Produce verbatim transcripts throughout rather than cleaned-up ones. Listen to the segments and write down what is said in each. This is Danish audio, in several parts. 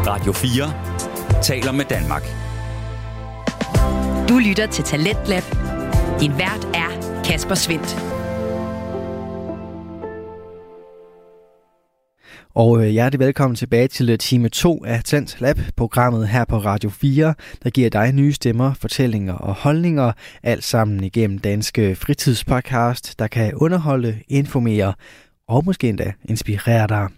Radio fire taler med Danmark. Du lytter til Talentlab. Din vært er Kasper Svindt. Og øh, hjertelig velkommen tilbage til time to af Talentlab, programmet her på Radio fire, der giver dig nye stemmer, fortællinger og holdninger, alt sammen igennem danske fritidspodcast, der kan underholde, informere og måske endda inspirere dig.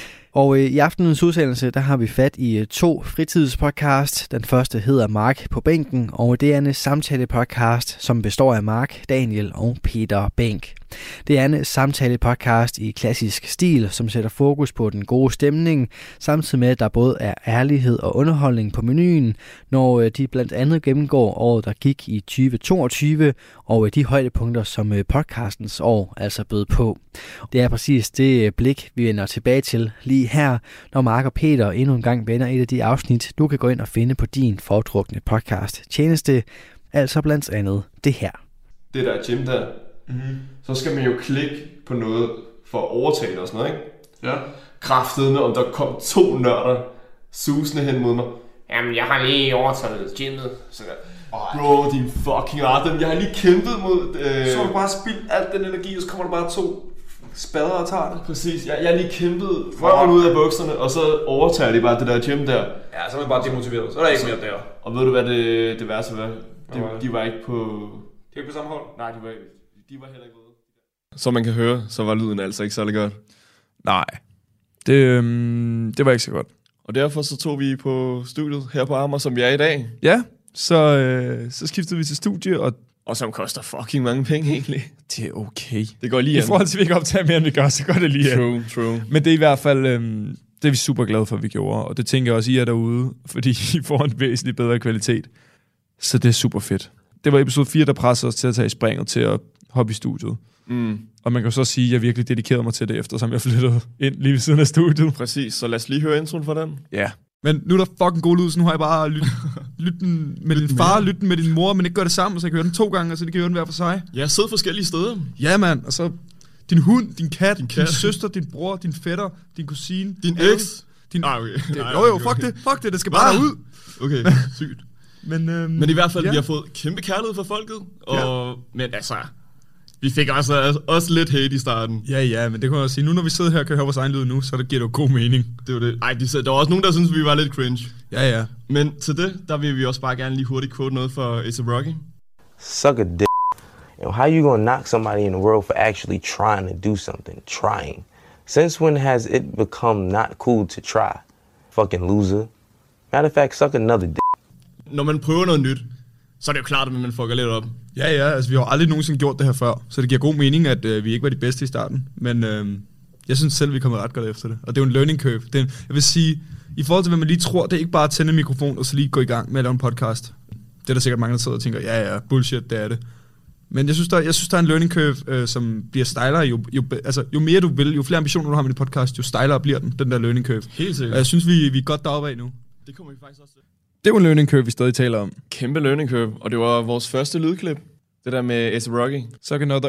Og øh, i aftenens udsendelse, der har vi fat i øh, to fritidspodcast. Den første hedder Mark på bænken, og det er en samtalepodcast, som består af Mark, Daniel og Peter Bænk. Det er en samtalepodcast i klassisk stil, som sætter fokus på den gode stemning, samtidig med, at der både er ærlighed og underholdning på menuen, når øh, de blandt andet gennemgår året, der gik i tyve toogtyve, og øh, de højdepunkter, som øh, podcastens år altså bød på. Det er præcis det øh, blik, vi vender tilbage til lige her, når Mark og Peter endnu en gang vender et af de afsnit, du kan gå ind og finde på din foretrukne podcast tjeneste, altså blandt andet det her. Det der gym der, mm-hmm. så skal man jo klikke på noget for at overtale og sådan noget, ikke? Ja. Kraftedeme, om der kom to nørder susende hen mod mig. Jamen, jeg har lige overtaget gymmet, så der... Bro, din fucking Artem, jeg har lige kæmpet mod... Øh... Så har du bare spildt alt den energi, og så kommer der bare to spader og tager det. Præcis, jeg, jeg har lige kæmpet røven ud af bukserne, og så overtager de bare det der gym der. Ja, så er man bare demotiveret, så er der ikke mere der. Og ved du hvad det, det værste var? De, de var ikke på... De var ikke på samme hold? Nej, de var, de var heller ikke ude. Som man kan høre, så var lyden altså ikke særlig godt. Nej, det, øhm, det var ikke så godt. Og derfor så tog vi på studiet her på Amager, som vi er i dag. Ja, så, øh, så skiftede vi til studie, og Og som koster fucking mange penge egentlig. det er okay. Det går lige I an. forhold til, at vi ikke optager mere, end vi gør, så går det lige an. True, true. Men det er i hvert fald, øhm, det er vi super glade for, at vi gjorde. Og det tænker jeg også, I er derude, fordi I får en væsentlig bedre kvalitet. Så det er super fedt. Det var episode fire, der pressede os til at tage springet til at hoppe i studiet. Mm. Og man kan så sige, at jeg virkelig dedikerede mig til det, eftersom jeg flyttede ind lige ved siden af studiet. Præcis, så lad os lige høre introen for den. Ja. Men nu er der fucking god lyd, så nu har jeg bare lyttet lytten med din far, lytten med din mor, men ikke gør det sammen, så jeg kan høre den to gange, så de kan høre den hver for sig. Jeg sidder forskellige steder. Ja, mand. Og så din hund, din kat, din, din, kat. din søster, din bror, din fætter, din kusine. Din eks. Din... Ah, okay. Det, jo, jo, fuck det, fuck det, det skal bare derud. Okay, sygt. Men, øhm, men i hvert fald, ja. vi har fået kæmpe kærlighed fra folket. Og, ja. Men altså, vi fik også, også lidt hate i starten. Ja, ja, men det kan jeg også sige. Nu når vi sidder her og kan høre vores egen lyd nu, så det giver det jo god mening. Det var det. Ej, de, der var også nogen, der synes vi var lidt cringe. Ja, ja. Men til det, der vil vi også bare gerne lige hurtigt quote noget for A$ep Rocky. Suck a dick. You know, how you gonna knock somebody in the world for actually trying to do something? Trying. Since when has it become not cool to try? Fucking loser. Matter of fact, suck another dick. Når man prøver noget nyt, så er det jo klart, at man fucker lidt op. Ja, ja, altså vi har aldrig nogensinde gjort det her før, så det giver god mening, at øh, vi ikke var de bedste i starten. Men øh, jeg synes selv, vi er kommet ret godt efter det. Og det er jo en learning curve. Det er en, jeg vil sige, i forhold til, hvad man lige tror, det er ikke bare at tænde en mikrofon, og så lige gå i gang med at lave en podcast. Det er der sikkert mange, der sidder og tænker, ja, ja, bullshit, det er det. Men jeg synes, der, jeg synes, der er en learning curve, øh, som bliver stejlere. Jo, jo, altså, jo mere du vil, jo flere ambitioner du har med din podcast, jo stejlere bliver den, den der learning curve. Helt sikkert. Og jeg synes, vi, vi er godt deroppe af nu. Det kommer vi faktisk også til. Det er jo en learning curve, vi stadig taler om. Kæmpe learning curve, og det var vores første lydklip. Det der med A$ep Rocky. Suck another...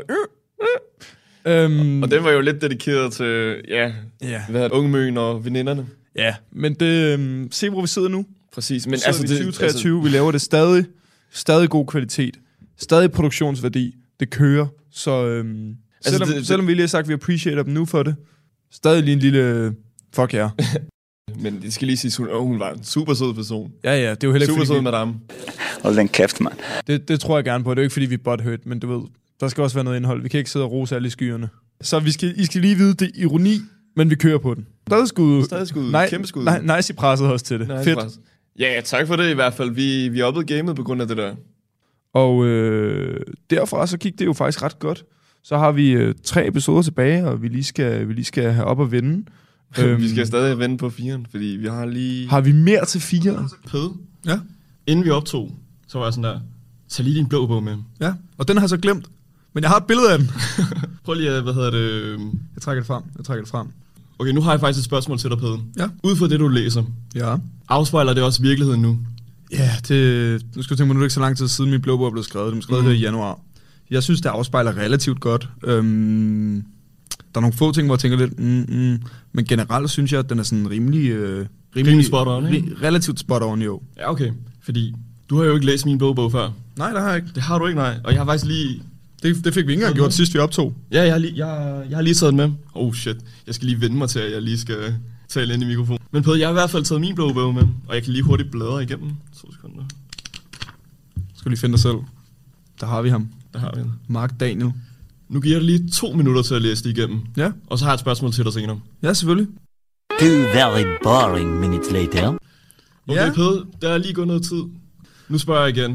Øh, øh. Um, og den var jo lidt dedikeret til, ja, yeah. hvad hedder det, ungemøen og veninderne. Ja, men det... Um, se, hvor vi sidder nu. Præcis. Men altså, det, tyve treogtyve, altså, vi laver det stadig. Stadig god kvalitet. Stadig produktionsværdi. Det kører. Så øhm, altså, selvom, det, det, selvom vi lige har sagt, at vi appreciater dem nu for det. Stadig lige en lille... Fuck jer. Yeah. Men det skal lige sige, at hun, hun var en super sød person. Ja, ja, det er jo heller ikke super fordi... sød madame. Hold den kæft, mand. Det, det tror jeg gerne på. Det er jo ikke fordi, vi er butthurt, men du ved, der skal også være noget indhold. Vi kan ikke sidde og rose alle i skyerne. Så vi skal, I skal lige vide, det er ironi, men vi kører på den. Stadig skud. Stadig skud. Nej, kæmpe skud. Nej, nice, I pressede os til det. Nice. Fedt. Pres. Ja, tak for det i hvert fald. Vi, vi oppede gamet på grund af det der. Og øh, derfra så gik det jo faktisk ret godt. Så har vi øh, tre episoder tilbage, og vi lige skal, vi lige skal have op og vende. Vi skal stadig vende på firen, fordi vi har lige... Har vi mere til fire? Pøde. Ja. Inden vi optog, så var jeg sådan der, tag lige din blå bog med. Ja, og den har jeg så glemt. Men jeg har et billede af den. Prøv lige at, hvad hedder det... Jeg trækker det frem, jeg trækker det frem. Okay, nu har jeg faktisk et spørgsmål til dig, Pede. Ja. Ud fra det, du læser, ja. afspejler det også virkeligheden nu? Ja, det... Nu skal jeg tænke mig, nu er det ikke så lang tid siden, min blå bog er blevet skrevet. Den blev skrevet mm. her i januar. Jeg synes, det afspejler relativt godt. Øhm, der er nogle få ting, hvor jeg tænker lidt... Mm, mm, men generelt synes jeg, at den er sådan rimelig... Øh, rimelig spot on, ikke? Re- relativt spot on, jo. Ja, okay. Fordi du har jo ikke læst min bogbog før. Nej, det har jeg ikke. Det har du ikke, nej. Og jeg har faktisk lige... Det, det fik vi ikke engang gjort, sidst vi optog. Ja, jeg har, lige, jeg, jeg har lige taget den med. Oh shit, jeg skal lige vende mig til, at jeg lige skal tale ind i mikrofonen. Men Peder, jeg har i hvert fald taget min bogbog med, og jeg kan lige hurtigt bladre igennem. To sekunder. Skal lige finde dig selv. Der har vi ham. Der har vi den. Mark Daniel. Nu giver jeg dig lige to minutter til at læse det igennem. Ja. Og så har jeg et spørgsmål til dig senere. Ja, selvfølgelig. Two very boring minutes later. Okay, Ja. Peder, der er lige gået noget tid. Nu spørger jeg igen.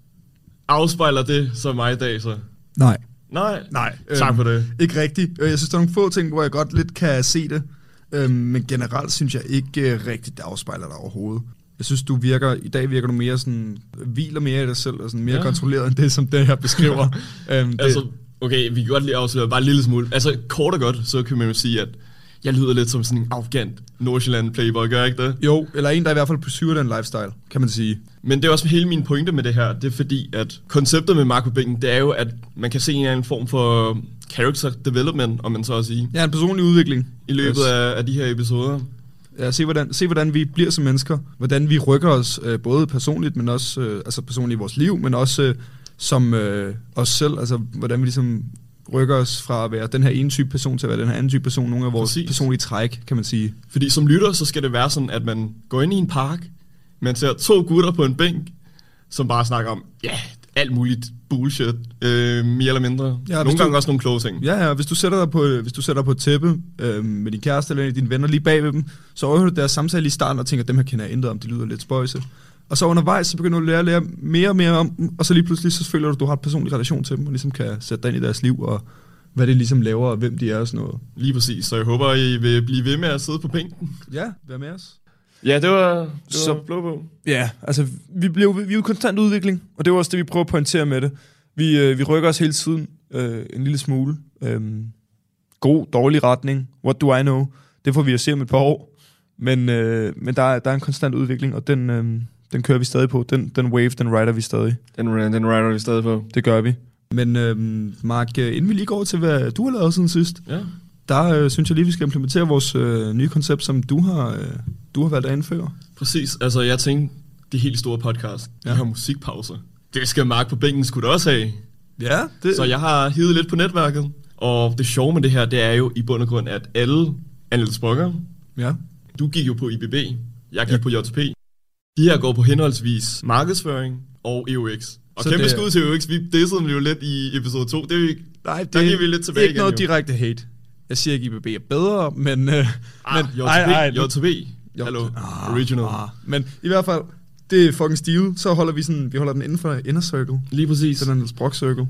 Afspejler det så mig i dag, så? Nej. Nej. Nej. Tak for det. Ikke rigtigt. Jeg synes, der er nogle få ting, hvor jeg godt lidt kan se det. Øhm, men generelt synes jeg ikke uh, rigtigt, det afspejler dig overhovedet. Jeg synes, du virker, i dag virker du mere sådan, hviler mere i dig selv, og sådan mere Ja. kontrolleret end det, som det her beskriver. øhm, det, Altså, okay, vi kan godt lige afsløre bare en lille smule. Altså, kort og godt, så kan man jo sige, at jeg lyder lidt som sådan en arrogant Nordsjælland playboy, gør jeg ikke det? Jo, eller en, der i hvert fald pursuer den lifestyle, kan man sige. Men det er også hele min pointe med det her, det er fordi, at konceptet med Mark på bænken, det er jo, at man kan se en eller anden form for character development, om man så at sige, Ja, en personlig udvikling. i løbet Yes. af, af de her episoder. Ja, se hvordan, se hvordan vi bliver som mennesker, hvordan vi rykker os, øh, både personligt, men også øh, altså personligt i vores liv, men også øh, som øh, os selv, altså hvordan vi ligesom rykker os fra at være den her ene type person til at være den her anden type person, nogle af vores Præcis. personlige træk, kan man sige. Fordi som lytter, så skal det være sådan, at man går ind i en park, man ser to gutter på en bænk, som bare snakker om, ja, alt muligt bullshit, øh, mere eller mindre. Ja, Nogle hvis gange du- også nogle kloge ting. Ja, ja, hvis du sætter dig på, hvis du sætter dig på et tæppe øh, med din kæreste eller en af dine venner lige bag ved dem, så overhører du deres samtale i starten og tænker, dem her kender jeg intet om, de lyder lidt spøjse. Og så undervejs, så begynder du at lære, lære mere og mere om dem, og så lige pludselig, så føler du, at du har et personlig relation til dem, og ligesom kan sætte dig ind i deres liv, og hvad det ligesom laver, og hvem de er og sådan noget. Lige præcis, så jeg håber, I vil blive ved med at sidde på bænken. Ja, vær med os. Ja, det var, det var Så- blå bog. Ja, altså, vi, blev, vi er jo i konstant udvikling, og det er også det, vi prøver at pointere med det. Vi, øh, vi rykker os hele tiden øh, en lille smule. Øhm, god, dårlig retning, what do I know? Det får vi at se om et par år. Men, øh, men der, er, der er en konstant udvikling, og den, øh, den kører vi stadig på. Den, den wave, den rider vi stadig. Den, den rider vi stadig på. Det gør vi. Men øh, Mark, øh, inden vi lige går til, hvad du har lavet siden sidst, Ja. der øh, synes jeg lige, vi skal implementere vores øh, nye koncept, som du har, øh, du har valgt at indføre. Præcis, altså jeg tænkte, det helt store podcast, ja. De har musikpauser. Det skal Mark på bænken skulle da også have. Ja, det... Så jeg har hivet lidt på netværket, og det sjove med det her, det er jo i bund og grund, at alle anmeldelsesbloggere, Ja. du gik jo på I B B, jeg gik ja. på J T P, de her går på henholdsvis markedsføring og E O X. Og Så kæmpe det- skud til E O X, vi dissede dem jo lidt i episode to, det er vi, Nej, det der giver vi lidt tilbage ikke igen, noget jo. direkte hate. Jeg siger ikke, I B B er bedre, men... Øh, Ah, men J T P, J T P, hallo, Ah, original. Ah, men i hvert fald, det er fucking stil. Så holder vi sådan, vi holder den inden for inner circle. Lige præcis. Sådan en sprog circle.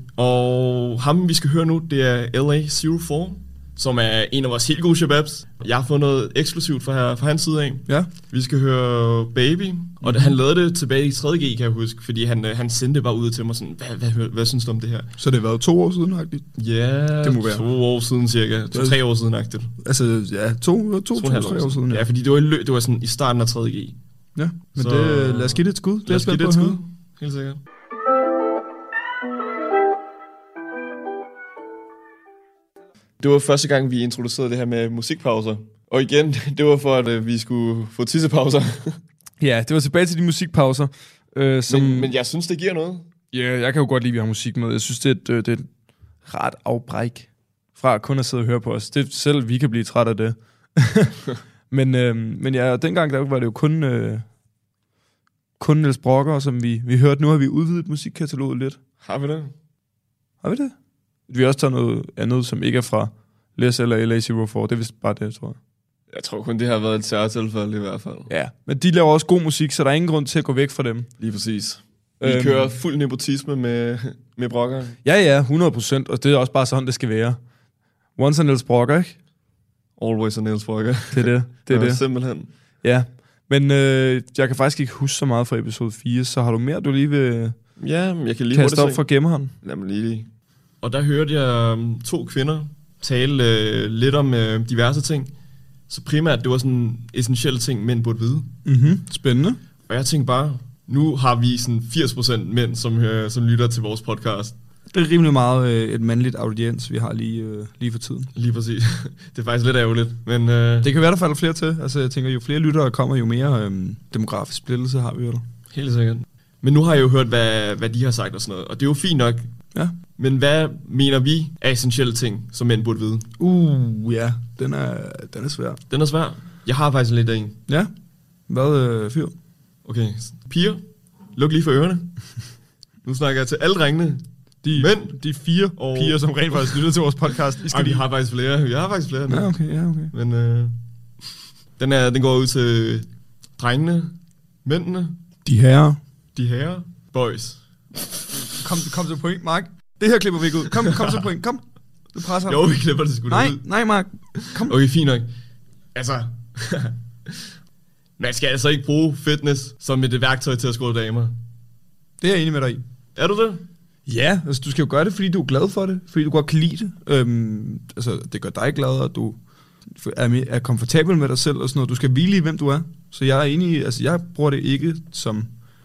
Og ham, vi skal høre nu, det er L A zero four, som er en af vores helt gode shababs. Jeg har fået noget eksklusivt fra, her, fra hans side af. Ja. Vi skal høre Baby, og mm. han lavede det tilbage i tredje G, kan jeg huske, fordi han, han sendte det bare ud til mig sådan, hvad, hvad, hvad, hvad synes du om det her? Så det har været to år siden, agtigt. Ja, Det må være. to år siden cirka, to-tre år siden agtigt. Altså, ja, to, to, to, To og en halv to tre år siden. Ja, fordi det var, i lø- det var sådan i starten af tredje G. Ja, men Så- det, lad os give det et skud. Det er Lad os give spændt det på et at skud, høre. helt sikkert. Det var første gang, vi introducerede det her med musikpauser. Og igen, det var for, at øh, vi skulle få tissepauser. Ja, det var tilbage til de musikpauser. Øh, som, men, men jeg synes, det giver noget. Ja, jeg kan jo godt lide, at vi har musik med. Jeg synes, det er et, øh, det er et ret afbræk fra kun at sidde og høre på os. Det, selv vi kan blive træt af det. men, øh, men ja, dengang der var det jo kun, øh, kun Niels Brokker, som vi, vi hørte. Nu har vi udvidet musikkataloget lidt. Har vi det? Har vi det? Vi har også taget noget andet, som ikke er fra Les eller L A zero four. Det er vist bare det, tror jeg. Jeg tror kun, det har været et særtilfælde i hvert fald. Ja, men de laver også god musik, så der er ingen grund til at gå væk fra dem. Lige præcis. Vi Øhm. kører fuld nepotisme med, med Brokker. Ja, ja, hundrede procent, og det er også bare sådan, det skal være. Once a Niels Brokker, ikke? Always a Niels Brokker. Det er det. Det er ja, det. Simpelthen. Ja, men øh, jeg kan faktisk ikke huske så meget fra episode fire, så har du mere, du lige vil Ja, men jeg kan lige kaste op hurtigt fra gemmeren? Lad mig lige. Og der hørte jeg um, to kvinder tale øh, lidt om øh, diverse ting. Så primært, det var sådan essentielle ting, mænd burde vide. Mhm, spændende. Og jeg tænkte bare, nu har vi sådan firs procent mænd, som, øh, som lytter til vores podcast. det er rimelig meget øh, et mandligt audiens, vi har lige, øh, lige for tiden. Lige præcis. Det er faktisk lidt ærgerligt, men... Øh... Det kan være, der falder flere til. Altså, jeg tænker, jo flere lyttere kommer, jo mere øh, demografisk splittelse har vi jo der. Helt sikkert. Men nu har jeg jo hørt, hvad, hvad de har sagt og sådan noget, og det er jo fint nok. Ja. Men hvad mener vi er essentielle ting, som mænd burde vide? Uh, ja. Den er, den er svær. Den er svær. Jeg har faktisk lidt af en. Ja. Hvad, øh, fyr? Okay. Piger, luk lige for ørerne. Nu snakker jeg til alle drengene. De, mænd, de fire og... piger, som rent faktisk lytter til vores podcast. I skal Ej, lige... vi har faktisk flere. Vi har faktisk flere. Ja, okay, ja, okay. Men øh, den, er, den går ud til drengene, mændene. De herrer. De herrer. Boys. Kom, kom til point, Mark. Det her klipper vi ikke ud. Kom, kom til point. Kom. Du presser. Jo, vi klipper det sgu Nej, ud. nej, Mark. Kom. Okay, fint nok. Altså... Man skal altså ikke bruge fitness som et værktøj til at score damer. Det er jeg enig med dig i. Er du det? Ja, altså du skal jo gøre det, fordi du er glad for det. Fordi du godt kan lide det. Øhm, altså det gør dig glad, og du er, med, er komfortabel med dig selv og sådan noget. Du skal hvile i, hvem du er. Så jeg er enig i, altså jeg bruger det ikke som,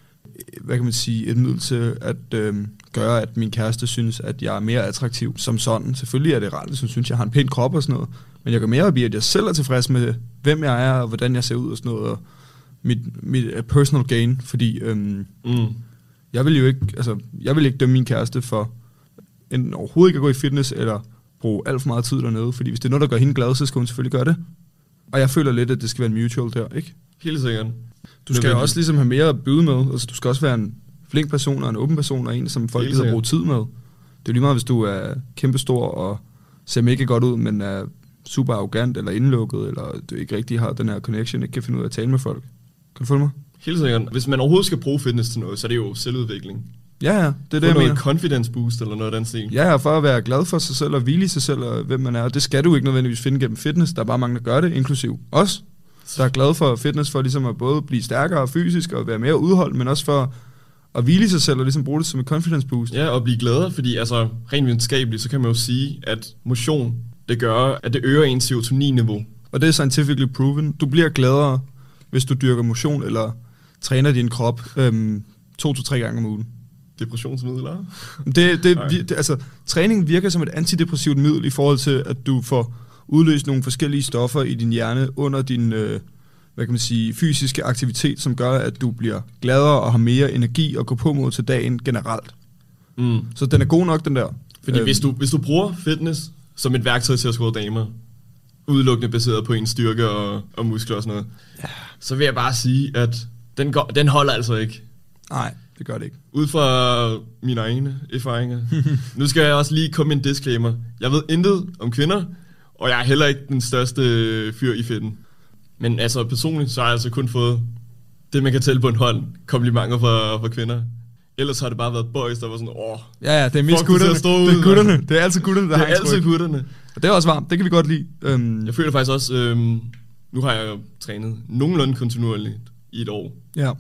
hvad kan man sige, et middel til at øhm, gøre, at min kæreste synes, at jeg er mere attraktiv som sådan. Selvfølgelig er det rart, hvis hun synes, jeg har en pæn krop og sådan noget. Men jeg går mere op i, at jeg selv er tilfreds med, hvem jeg er, og hvordan jeg ser ud og sådan noget. Og mit, mit personal gain, fordi øhm, mm. jeg vil jo ikke, altså, jeg vil ikke dømme min kæreste for enten overhovedet ikke at gå i fitness, eller bruge alt for meget tid dernede. Fordi hvis det er noget, der gør hende glad, så skal hun selvfølgelig gøre det. Og jeg føler lidt, at det skal være en mutual der, ikke? Helt sikkert. Du skal jo også ligesom have mere at byde med. Altså, du skal også være en flink person og en åben person, og en, som folk gider bruge tid med. Det er jo lige meget, hvis du er kæmpestor og ser mega godt ud, men er super arrogant eller indlukket, eller du ikke rigtig har den her connection, ikke kan finde ud af at tale med folk. Kan du følge mig? Helt sikkert. Hvis man overhovedet skal bruge fitness til noget, så er det jo selvudvikling. Ja, ja, det er det, jeg mener. Confidence boost eller noget af den stil. Ja, ja, for at være glad for sig selv og hvile i sig selv og hvem man er. Det skal du ikke nødvendigvis finde gennem fitness. Der er bare mange, der gør det, inklusiv os. Der er glad for fitness for ligesom at både blive stærkere fysisk og være mere udholdt, men også for at hvile i sig selv og ligesom bruge det som et confidence boost. Ja, og blive gladere, fordi altså rent videnskabeligt, så kan man jo sige, at motion, det gør, at det øger ens serotonin-niveau. Og det er scientifically proven. Du bliver gladere, hvis du dyrker motion eller træner din krop øhm, to til tre gange om ugen. Depressionsmidler? Det, det, det, altså, træning virker som et antidepressivt middel i forhold til, at du får udløst nogle forskellige stoffer i din hjerne under din øh, hvad kan man sige, fysiske aktivitet, som gør, at du bliver gladere og har mere energi at gå på mod til dagen generelt. Mm. Så den er god nok, den der. Fordi øhm. hvis, du, hvis du bruger fitness som et værktøj til at score damer, udelukkende baseret på ens styrke og, og muskler og sådan noget, ja. så vil jeg bare sige, at den, går, den holder altså ikke. Nej, det gør det ikke. Ud fra mine egne erfaringer. Nu skal jeg også lige komme med en disclaimer. Jeg ved intet om kvinder, og jeg er heller ikke den største fyr i fedten. Men altså personligt, så har jeg altså kun fået det, man kan tælle på en hånd, komplimenter fra, fra kvinder. Ellers har det bare været boys, der var sådan, åh, ja, ja, det er mest gutterne. Det er gutterne. Det er altid gutterne, der det har Det er altid gutterne. Og det er også varmt, det kan vi godt lide. Um, jeg føler faktisk også, øhm, nu har jeg jo trænet nogenlunde kontinuerligt i et år. Ja.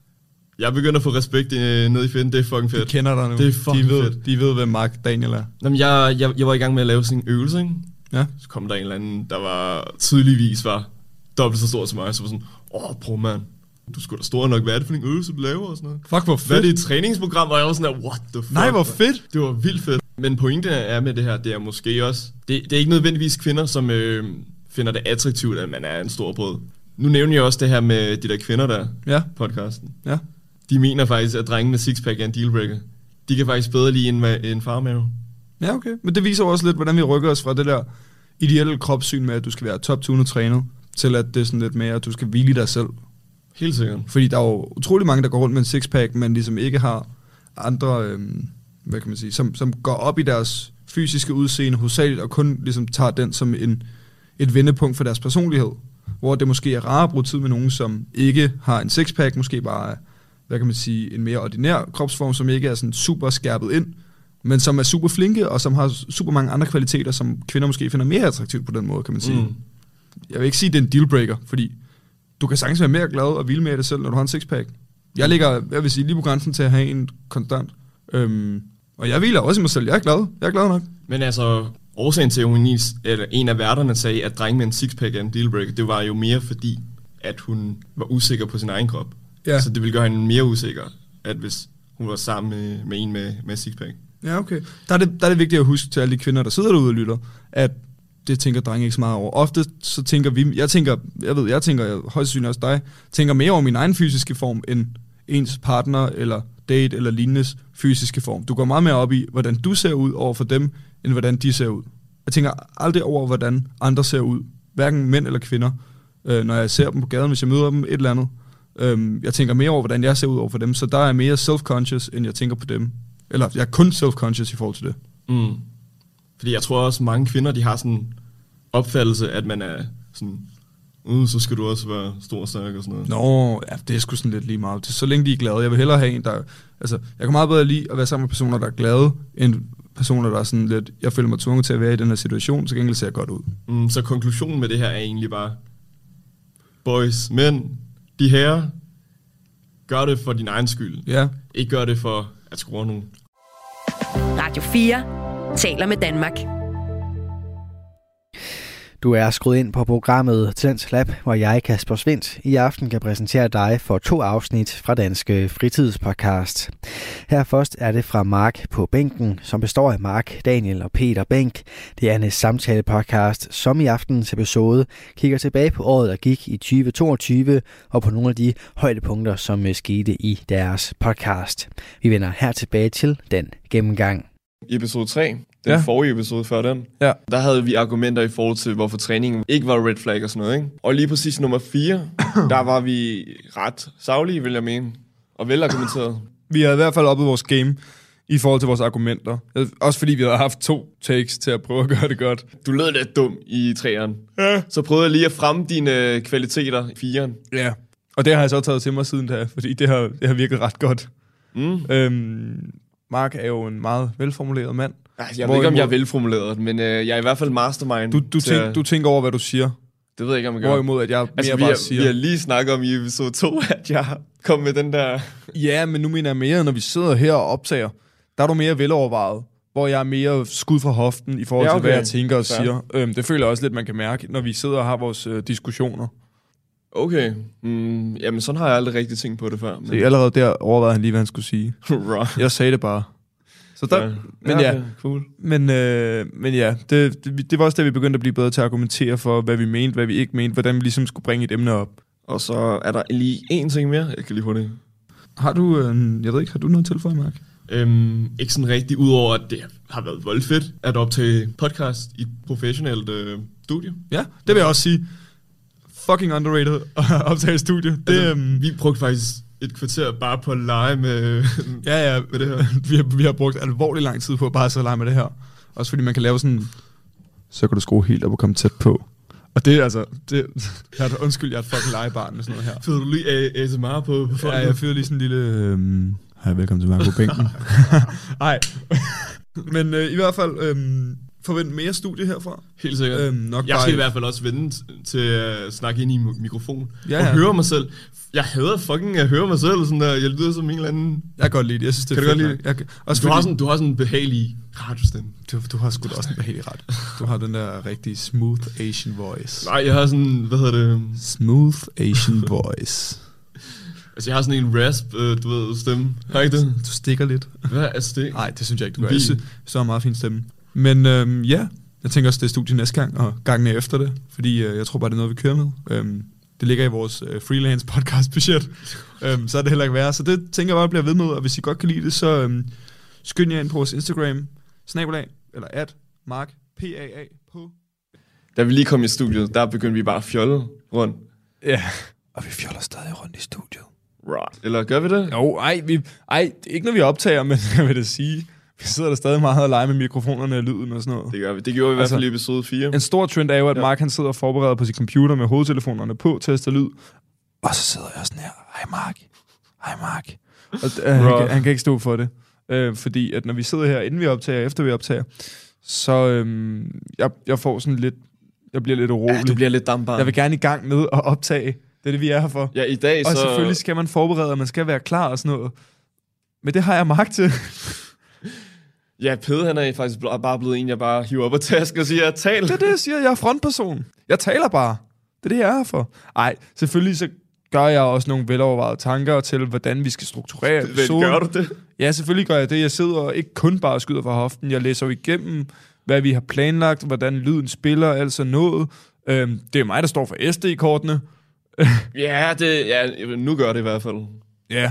Jeg begynder at få respekt øh, nede i fedten, det er fucking fedt. De kender dig nu. Det er fucking de ved, fedt. De ved, hvem Mark Daniel er. Jamen, jeg, jeg, jeg var i gang med at lave sådan en øvelse, ikke? Ja. Så kom der en eller anden, der var tydeligvis var dobbelt så stor som mig, så var sådan, åh, bro, man, du skulle da stor nok, hvad er det for en øvelse, du laver og sådan noget? Fuck, hvor fedt. Hvad er det et træningsprogram, hvor jeg var sådan der, what the fuck? Nej, hvor fedt. Det var vildt fedt. Men pointen er med det her, det er måske også, det, det er ikke nødvendigvis kvinder, som øh, finder det attraktivt, at man er en stor brød. Nu nævner jeg også det her med de der kvinder der, ja. podcasten. Ja. De mener faktisk, at drenge med sixpack er en dealbreaker. De kan faktisk bedre lide en, en farmave. Ja, okay. Men det viser også lidt, hvordan vi rykker os fra det der ideelle kropssyn med, at du skal være top-tunet trænet, til at det er sådan lidt mere, at du skal hvile i dig selv. Helt sikkert. Fordi der er jo utrolig mange, der går rundt med en sixpack, men ligesom ikke har andre, øhm, hvad kan man sige, som, som går op i deres fysiske udseende hovedsageligt, og kun ligesom tager den som en, et vendepunkt for deres personlighed. Hvor det måske er rart at bruge tid med nogen, som ikke har en sixpack, måske bare, hvad kan man sige, en mere ordinær kropsform, som ikke er sådan super skærpet ind, men som er super flinke, og som har super mange andre kvaliteter, som kvinder måske finder mere attraktivt på den måde, kan man sige. Mm. Jeg vil ikke sige, at det er en dealbreaker, fordi du kan sagtens være mere glad og hvile med dig selv, når du har en sixpack. Jeg ligger, jeg vil sige, lige på grænsen til at have en konstant. Øhm, og jeg hviler også i mig selv. Jeg er glad. Jeg er glad nok. Men altså, årsagen til, at hun, eller en af værterne sagde, at drenge med en sixpack er en dealbreaker, det var jo mere fordi, at hun var usikker på sin egen krop. Ja. Så det ville gøre hende mere usikker, at hvis hun var sammen med, med en med, med sixpack. Ja, okay. Der er, det, der er det vigtigt at huske til alle de kvinder, der sidder derude og lytter, at det tænker drenge ikke så meget over. Ofte så tænker vi, jeg tænker, jeg ved, jeg tænker, jeg, højst sandsynligt også dig, tænker mere over min egen fysiske form, end ens partner, eller date, eller lignes fysiske form. Du går meget mere op i, hvordan du ser ud over for dem, end hvordan de ser ud. Jeg tænker aldrig over, hvordan andre ser ud. Hverken mænd eller kvinder. Øh, når jeg ser dem på gaden, hvis jeg møder dem, et eller andet. Øh, jeg tænker mere over, hvordan jeg ser ud over for dem, så der er jeg mere self-conscious, end jeg tænker på dem. Eller jeg er kun self-conscious i forhold til det. Mm. Fordi jeg tror også, mange kvinder, de har sådan en opfattelse, at man er sådan, uh, så skal du også være stor og stærk og sådan noget. Nå, ja, det er sgu sådan lidt lige meget. Så længe de er glade. Jeg vil hellere have en, der... Altså, jeg kan meget bedre lide at være sammen med personer, der er glade, end personer, der er sådan lidt... Jeg føler mig tvunget til at være i den her situation, så gengæld ser jeg godt ud. Mm, så konklusionen med det her er egentlig bare... Boys, mænd, de her, gør det for din egen skyld. Ja. Ikke gør det for at score nogen. Radio fire taler med Danmark. Du er skruet ind på programmet Talents Lab, hvor jeg, Kasper Svindt, i aften kan præsentere dig for to afsnit fra Danske Fritidspodcast. Her først er det fra Mark på bænken, som består af Mark, Daniel og Peter Bænk. Det er en samtalepodcast, som i aftens episode kigger tilbage på året, der gik i tyve toogtyve, og på nogle af de højdepunkter, som skete i deres podcast. Vi vender her tilbage til den gennemgang. I episode tre, den ja. forrige episode før den, ja. der havde vi argumenter i forhold til, hvorfor træningen ikke var red flag og sådan noget, ikke? Og lige præcis nummer fire, der var vi ret saglige, vil jeg mene, og velargumenteret. Vi har i hvert fald oppet vores game i forhold til vores argumenter. Også fordi vi havde haft to takes til at prøve at gøre det godt. Du lød lidt dum i treeren. Ja. Så prøvede jeg lige at fremme dine kvaliteter i fireren. Ja, og det har jeg så taget til mig siden da, fordi det har, det har virket ret godt. Mm. Øhm, Mark er jo en meget velformuleret mand. Jeg ved ikke, om jeg er velformuleret, men øh, jeg er i hvert fald mastermind. Du, du, tænk, at... du tænker over, hvad du siger. Det ved jeg ikke, om jeg gør. Hvorimod, at jeg altså, mere vi bare har, siger... Vi har lige snakket om i episode to, at jeg kom med den der... Ja, men nu mener jeg mere, når vi sidder her og optager, der er du mere velovervejet, hvor jeg er mere skud fra hoften i forhold ja, okay. til, hvad jeg tænker og siger. Øhm, det føler jeg også lidt, man kan mærke, når vi sidder og har vores øh, diskussioner. Okay. Mm, jamen, sådan har jeg aldrig rigtig tænkt på det før. Men... Så allerede der overvejede han lige, hvad han skulle sige. Jeg sagde det bare. Så der, ja. Men ja, okay, cool. men, øh, men ja, det, det, det var også da vi begyndte at blive bedre til at argumentere for, hvad vi mente, hvad vi ikke mente, hvordan vi ligesom skulle bringe et emne op. Og så er der lige én ting mere, jeg kan lige hurtigt. Har du, øh, jeg ved ikke, har du noget til for, Mark? Øhm, ikke sådan rigtigt, udover at det har været voldfedt at optage podcast i et professionelt øh, studie. Ja, det vil jeg også sige. Fucking underrated at optage i studie. Det, altså, øhm, vi brugte faktisk et kvarter bare på at lege med, ja, ja, med det her. vi, har, vi har brugt alvorlig lang tid på at bare så lege med det her. Også fordi man kan lave sådan, så kan du skrue helt op og komme tæt på. Og det er altså, det, jeg er, undskyld, jeg er et fucking legebarn med sådan noget her. Føder du lige A S M R på, på ja, jeg føler lige sådan en lille, øhm, hej, velkommen til Mark på bænken. Nej, men øh, i hvert fald, øhm, forvent mere studie herfra. Helt sikkert. Øhm, nok jeg skal bare... i hvert fald også vente til at snakke ind i mikrofon. Ja, ja. Og høre mig selv. Jeg hader fucking at høre mig selv. Sådan der. Jeg lyder som en eller anden... Jeg kan godt lide det. Jeg synes, det er kan fedt. Du, godt lide? Jeg, også du, fordi... har sådan, du har sådan en behagelig radiostemme. Du, du har sgu da også en behagelig radio. Du har den der rigtig smooth Asian voice. Nej, jeg har sådan... Hvad hedder det? Smooth Asian voice. Altså, jeg har sådan en rasp, øh, du ved, stemme. Har ikke det? Du stikker lidt. Hvad er stik? Nej, det synes jeg ikke, du gør. Jeg synes, så er en meget fin stemme. Men øhm, ja, jeg tænker også, det er studie næste gang, og gangen efter det, fordi øh, jeg tror bare, det er noget, vi kører med. Øhm, det ligger i vores øh, freelance podcast budget, øhm, så er det heller ikke værre. Så det tænker jeg bare, bliver ved med, og hvis I godt kan lide det, så øhm, skynd jer ind på vores Instagram, snabelag, eller at Mark, P A A, på. Da vi lige kom i studiet, der begyndte vi bare at fjolle rundt. Ja, og vi fjoller stadig rundt i studiet. Right. Eller gør vi det? Jo, ej, vi, ej, ikke når vi optager, men jeg vil det sige... Vi sidder der stadig meget og leger med mikrofonerne og lyden og sådan noget. Det gør vi. Det gjorde vi i altså, hvert fald i episode fire. En stor trend er jo, at ja. Mark han sidder og forbereder på sin computer med hovedtelefonerne på, tester lyd. Og så sidder jeg sådan her. Hej Mark. Hej Mark. Og, øh, han, kan, han kan ikke stå for det. Øh, fordi at når vi sidder her, inden vi optager, efter vi optager, så øh, jeg, jeg får sådan lidt... Jeg bliver lidt urolig. Ja, du bliver lidt dampbarn. Jeg vil gerne i gang med at optage. Det er det, vi er her for. Ja, i dag og så... Og selvfølgelig skal man forberede, og man skal være klar og sådan noget. Men det har jeg Mark til. Ja, Pede, han er faktisk bare blevet en, jeg bare hiver op og tasker og siger, tal. Det er det, jeg siger. Jeg er frontperson. Jeg taler bare. Det er det, jeg er her for. Ej, selvfølgelig så gør jeg også nogle velovervejede tanker til, hvordan vi skal strukturere episoden. Gør du det? Ja, selvfølgelig gør jeg det. Jeg sidder ikke kun bare og skyder fra hoften. Jeg læser jo igennem, hvad vi har planlagt, hvordan lyden spiller, altså noget. Øhm, det er mig, der står for S D-kortene. Ja, det, ja, nu gør det i hvert fald. Ja.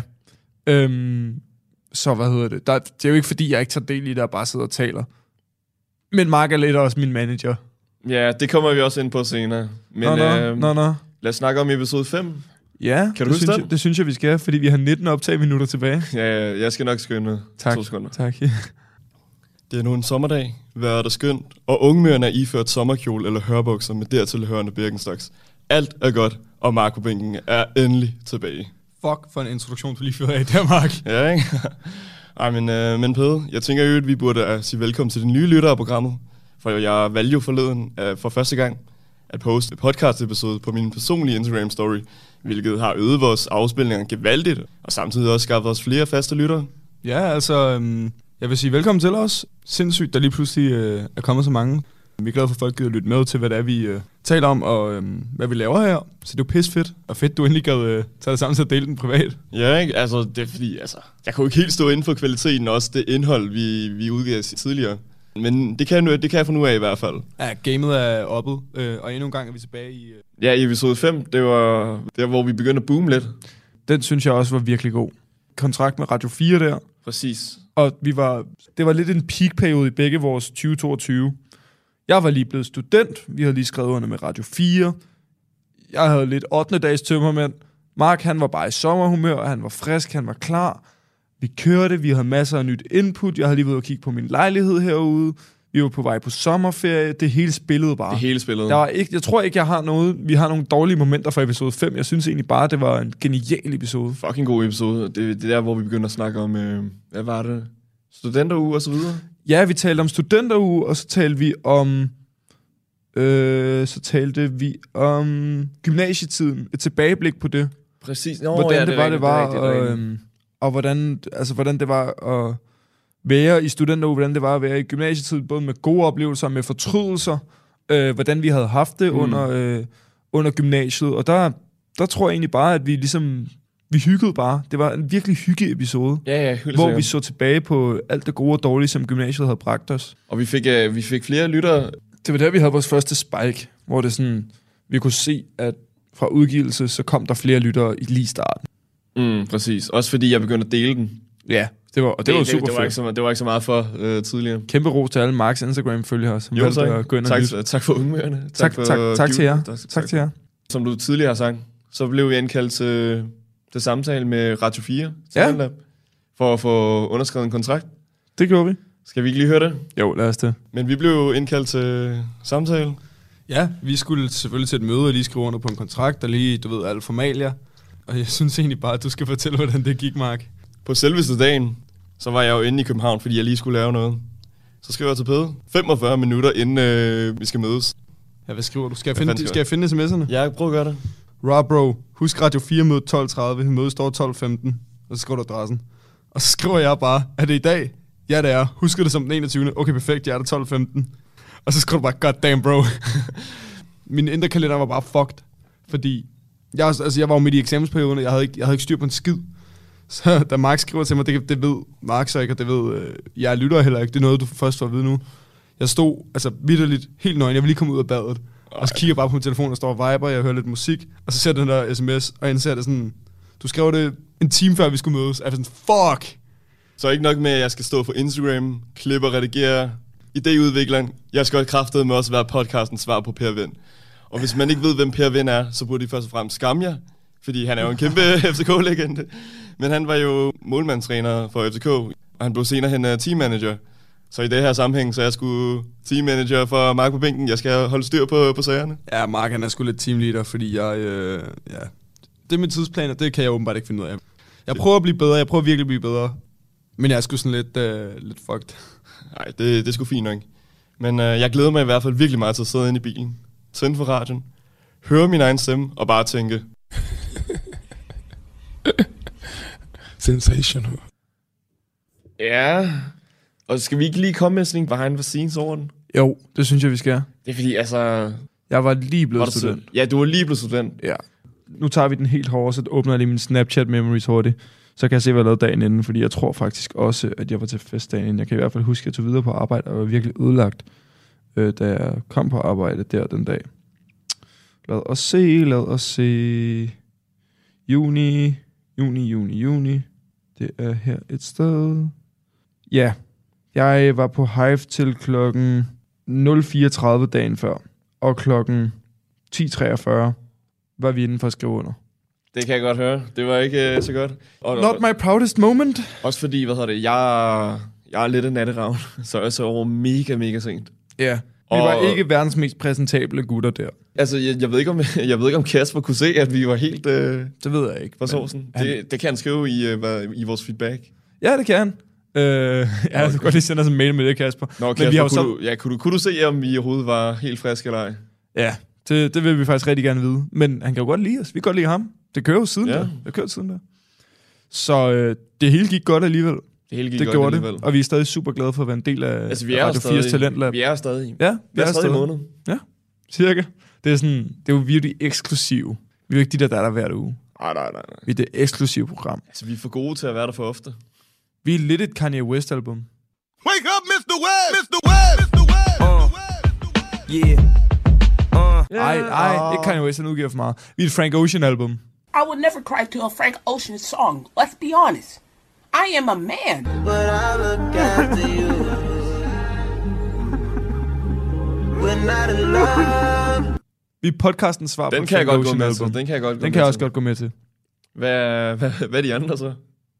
Øhm, så hvad hedder det? Der, det er jo ikke fordi, jeg ikke tager del i det og bare sidder og taler. Men Mark er lidt også min manager. Ja, det kommer vi også ind på senere. Men nå, nå, øh, nå, nå. lad os snakke om episode fem. Ja, kan du det, synes jeg, det synes jeg, vi skal, fordi vi har nitten optageminutter tilbage. Ja, jeg skal nok skynde tak, to sekunder. Tak. Det er nu en sommerdag, vejret er skønt, og ungmørerne er iført sommerkjole eller hørbukser med dertilhørende Birkenstocks. Alt er godt, og Mark på bænken er endelig tilbage. Fuck for en introduktion, du lige fører af der, Mark. Ja, ikke? Ej, men, øh, men Pede, jeg tænker jo, at vi burde uh, sige velkommen til den nye lytter af programmet. For jeg valgte jo forleden uh, for første gang at poste et podcast-episode på min personlige Instagram-story, hvilket har øget vores afspilninger gevaldigt, og samtidig også skaffet os flere faste lyttere. Ja, altså, øhm, jeg vil sige velkommen til os. Sindssygt, der lige pludselig øh, er kommet så mange. Vi er glade for, at folk gider lytte med til, hvad det er, vi øh, taler om, og øh, hvad vi laver her. Så det er jo pisse fedt, og fedt, du endelig gad øh, tage dig sammen til at dele den privat. Ja, ikke? Altså, det er fordi, altså, jeg kunne ikke helt stå inden for kvaliteten, og også det indhold, vi, vi udgav tidligere. Men det kan, jeg, det kan jeg få nu af i hvert fald. Ja, gamet er oppet, øh, og endnu en gang er vi tilbage i... Øh... Ja, i episode fem, det var der, hvor vi begyndte at boome lidt. Den synes jeg også var virkelig god. Kontrakt med Radio fire der. Præcis. Og vi var, det var lidt en peak-periode i begge vores tyve toogtyve. Jeg var lige blevet student, vi havde lige skrevet under med Radio fire. Jeg havde lidt ottende dags tømmermænd. Mark, han var bare i sommerhumør, han var frisk, han var klar. Vi kørte, vi havde masser af nyt input. Jeg havde lige været og kigge på min lejlighed herude. Vi var på vej på sommerferie. Det hele spillede bare. Det hele spillede. Der var ikke, jeg tror ikke, jeg har noget... Vi har nogle dårlige momenter fra episode fem. Jeg synes egentlig bare, det var en genial episode. Fucking god episode. Det, det er der, hvor vi begynder at snakke om... Øh, hvad var det? Studenteruge og så videre? Ja, vi talte om studenteruge, og så talte vi om... Øh, så talte vi om gymnasietiden. Et tilbageblik på det. Præcis. Nå, hvordan ja, det, det var, rigtigt, det var, det rigtigt, det og, øhm, og hvordan, altså, hvordan det var at være i studenteruge, hvordan det var at være i gymnasietiden, både med gode oplevelser og med fortrydelser, øh, hvordan vi havde haft det mm. under, øh, under gymnasiet. Og der, der tror jeg egentlig bare, at vi ligesom... Vi hyggede bare. Det var en virkelig hygge-episode. Ja, ja, hvor sikkert. Vi så tilbage på alt det gode og dårlige, som gymnasiet havde bragt os. Og vi fik, øh, vi fik flere lyttere. Det var der, vi havde vores første spike, hvor det sådan, vi kunne se, at fra udgivelse, så kom der flere lyttere i lige starten. Mm, præcis. Også fordi jeg begyndte at dele den. Ja, det var, og det, det var super det, det var ikke så, det var ikke så meget for øh, tidligere. Kæmpe ros til alle Marks Instagram-følgere, som jo, tak. At gå ind og tak, tak for ungmørerne. Tak, tak, for, tak, tak til jer. Tak, tak til jer. Som du tidligere har sagt, så blev jeg indkaldt til, til samtale med Radio fire. Ja. For at få underskrevet en kontrakt. Det gjorde vi. Skal vi ikke lige høre det? Jo, lad os det. Men vi blev jo indkaldt til samtale. Ja, vi skulle selvfølgelig til et møde og lige skrive under på en kontrakt, og lige, du ved, alle formalier. Og jeg synes egentlig bare, at du skal fortælle, hvordan det gik, Mark. På selveste dagen, så var jeg jo inde i København, fordi jeg lige skulle lave noget. Så skriver jeg til Pede, femogfyrre minutter inden øh, vi skal mødes. Ja, hvad skriver du? Skal jeg finde, skal jeg finde sms'erne? Ja, prøv at gøre det. Raw bro, husk Radio fire møde tolv tredive, mødet står tolv femten, og så skriver du adressen. Og så skriver jeg bare, er det i dag? Ja, det er. Husker det som den enogtyvende Okay, perfekt, jeg er der tolv femten. Og så skriver du bare, god damn bro. Min indre kalender var bare fucked, fordi jeg, altså, jeg var jo midt i eksamensperioden, og jeg havde ikke, jeg havde ikke styr på en skid. Så da Mark skriver til mig, det, det ved Mark så ikke, og det ved øh, jeg lytter heller ikke. Det er noget, du først får at vide nu. Jeg stod altså vitterligt helt nøgen. Jeg vil lige komme ud af badet. Og så kigger jeg bare på min telefon, og står og viber, jeg hører lidt musik. Og så ser den der sms, og jeg ser det sådan... Du skrev det en time før, vi skulle mødes. Og jeg var sådan, fuck! Så ikke nok med, at jeg skal stå på Instagram, klippe og redigere idéudvikleren. Jeg skal også kraftedeme med også være podcastens svar på Per Vind. Og hvis man ikke ved, hvem Per Vind er, så burde de først og fremmest skamme jer. Fordi han er jo en kæmpe F C K-legende. Men han var jo målmandstræner for F C K, og han blev senere hen teammanager. Så i det her sammenhæng, så er jeg sgu teammanager for Mark på bænken. Jeg skal holde styr på, på sagerne. Ja, Mark han er sgu lidt teamleader, fordi jeg... Øh, ja. Det er min tidsplan, og det kan jeg åbenbart ikke finde ud af. Jeg prøver at blive bedre, jeg prøver virkelig at blive bedre. Men jeg er sgu sådan lidt, øh, lidt fucked. Nej, det, det er sgu fint nok. Men øh, jeg glæder mig i hvert fald virkelig meget til at sidde inde i bilen. Tænde for radioen. Høre min egen stemme og bare tænke... Sensational. Ja... Og skal vi ikke lige komme med sådan en behind the scenes over den? Jo, det synes jeg, vi skal. Det er fordi, altså... Jeg var lige blevet var student. Ja, du var lige blevet student. Ja. nu tager vi den helt hårde, så åbner jeg lige min Snapchat memories hurtigt. Så kan jeg se, hvad jeg lavede dagen inden, fordi jeg tror faktisk også, at jeg var til festdagen inden. Jeg kan i hvert fald huske, at jeg tog videre på arbejde, og var virkelig ødelagt, øh, da jeg kom på arbejde der den dag. Lad os se, lad os se. Juni, juni, juni, juni. Det er her et sted. Ja, jeg var på Hive til klokken nul fireogtredive dagen før, og klokken ti treogfyrre var vi inde for at skrive under. Det kan jeg godt høre. Det var ikke uh, så godt. Og, Not my proudest moment. Også fordi, hvad hedder det, jeg, jeg er lidt en natteravn, så jeg så over mega, mega sent. Ja, vi og, var ikke verdens mest præsentable gutter der. Altså, jeg, jeg, ved ikke, om, jeg ved ikke, om Kasper kunne se, at vi var helt... Uh, det ved jeg ikke. For sovsen. Han... Det, det kan han skrive i, uh, i vores feedback. Ja, det kan han. Øh, ja, jeg kan godt lige sende os en mail med det, Kasper. Nå, Kasper, Men vi har kunne, så... du, ja, kunne, du, kunne du se, om vi overhovedet var helt friske eller ej? Ja, det, det vil vi faktisk rigtig gerne vide. Men han kan jo godt lide os. Vi kan godt lide ham. Det kører jo siden ja. der. Det kører siden der. Så øh, det hele gik godt alligevel. Det hele gik det godt gjorde alligevel. Det. Og vi er stadig super glade for at være en del af altså, vi er Radio fires Talentlab. Vi er stadig. Ja, vi, vi er, er stadig i måned. Ja, cirka. Det er, sådan, det er jo virkelig eksklusiv. Vi er jo ikke de der, der er der hver uge. Nej, nej, nej, nej. Vi er det eksklusive program. Altså, vi er for gode til at være der for ofte. Vi er lidt et Kanye West-album. Wake up, mister West! mister West! mister West! Uh. Yeah. Uh. Ej, ej, ikke Kanye West, han udgiver for meget. Vi er et Frank Ocean-album. I would never cry to a Frank Ocean song. Let's be honest. I am a man. But I look after you. We're not alone. Vi er podcastens svar den på kan Frank jeg godt Ocean gå med album. til. Den kan jeg godt gå Den med kan jeg til. også godt gå med til. Hvad, hvad, hvad er de andre så?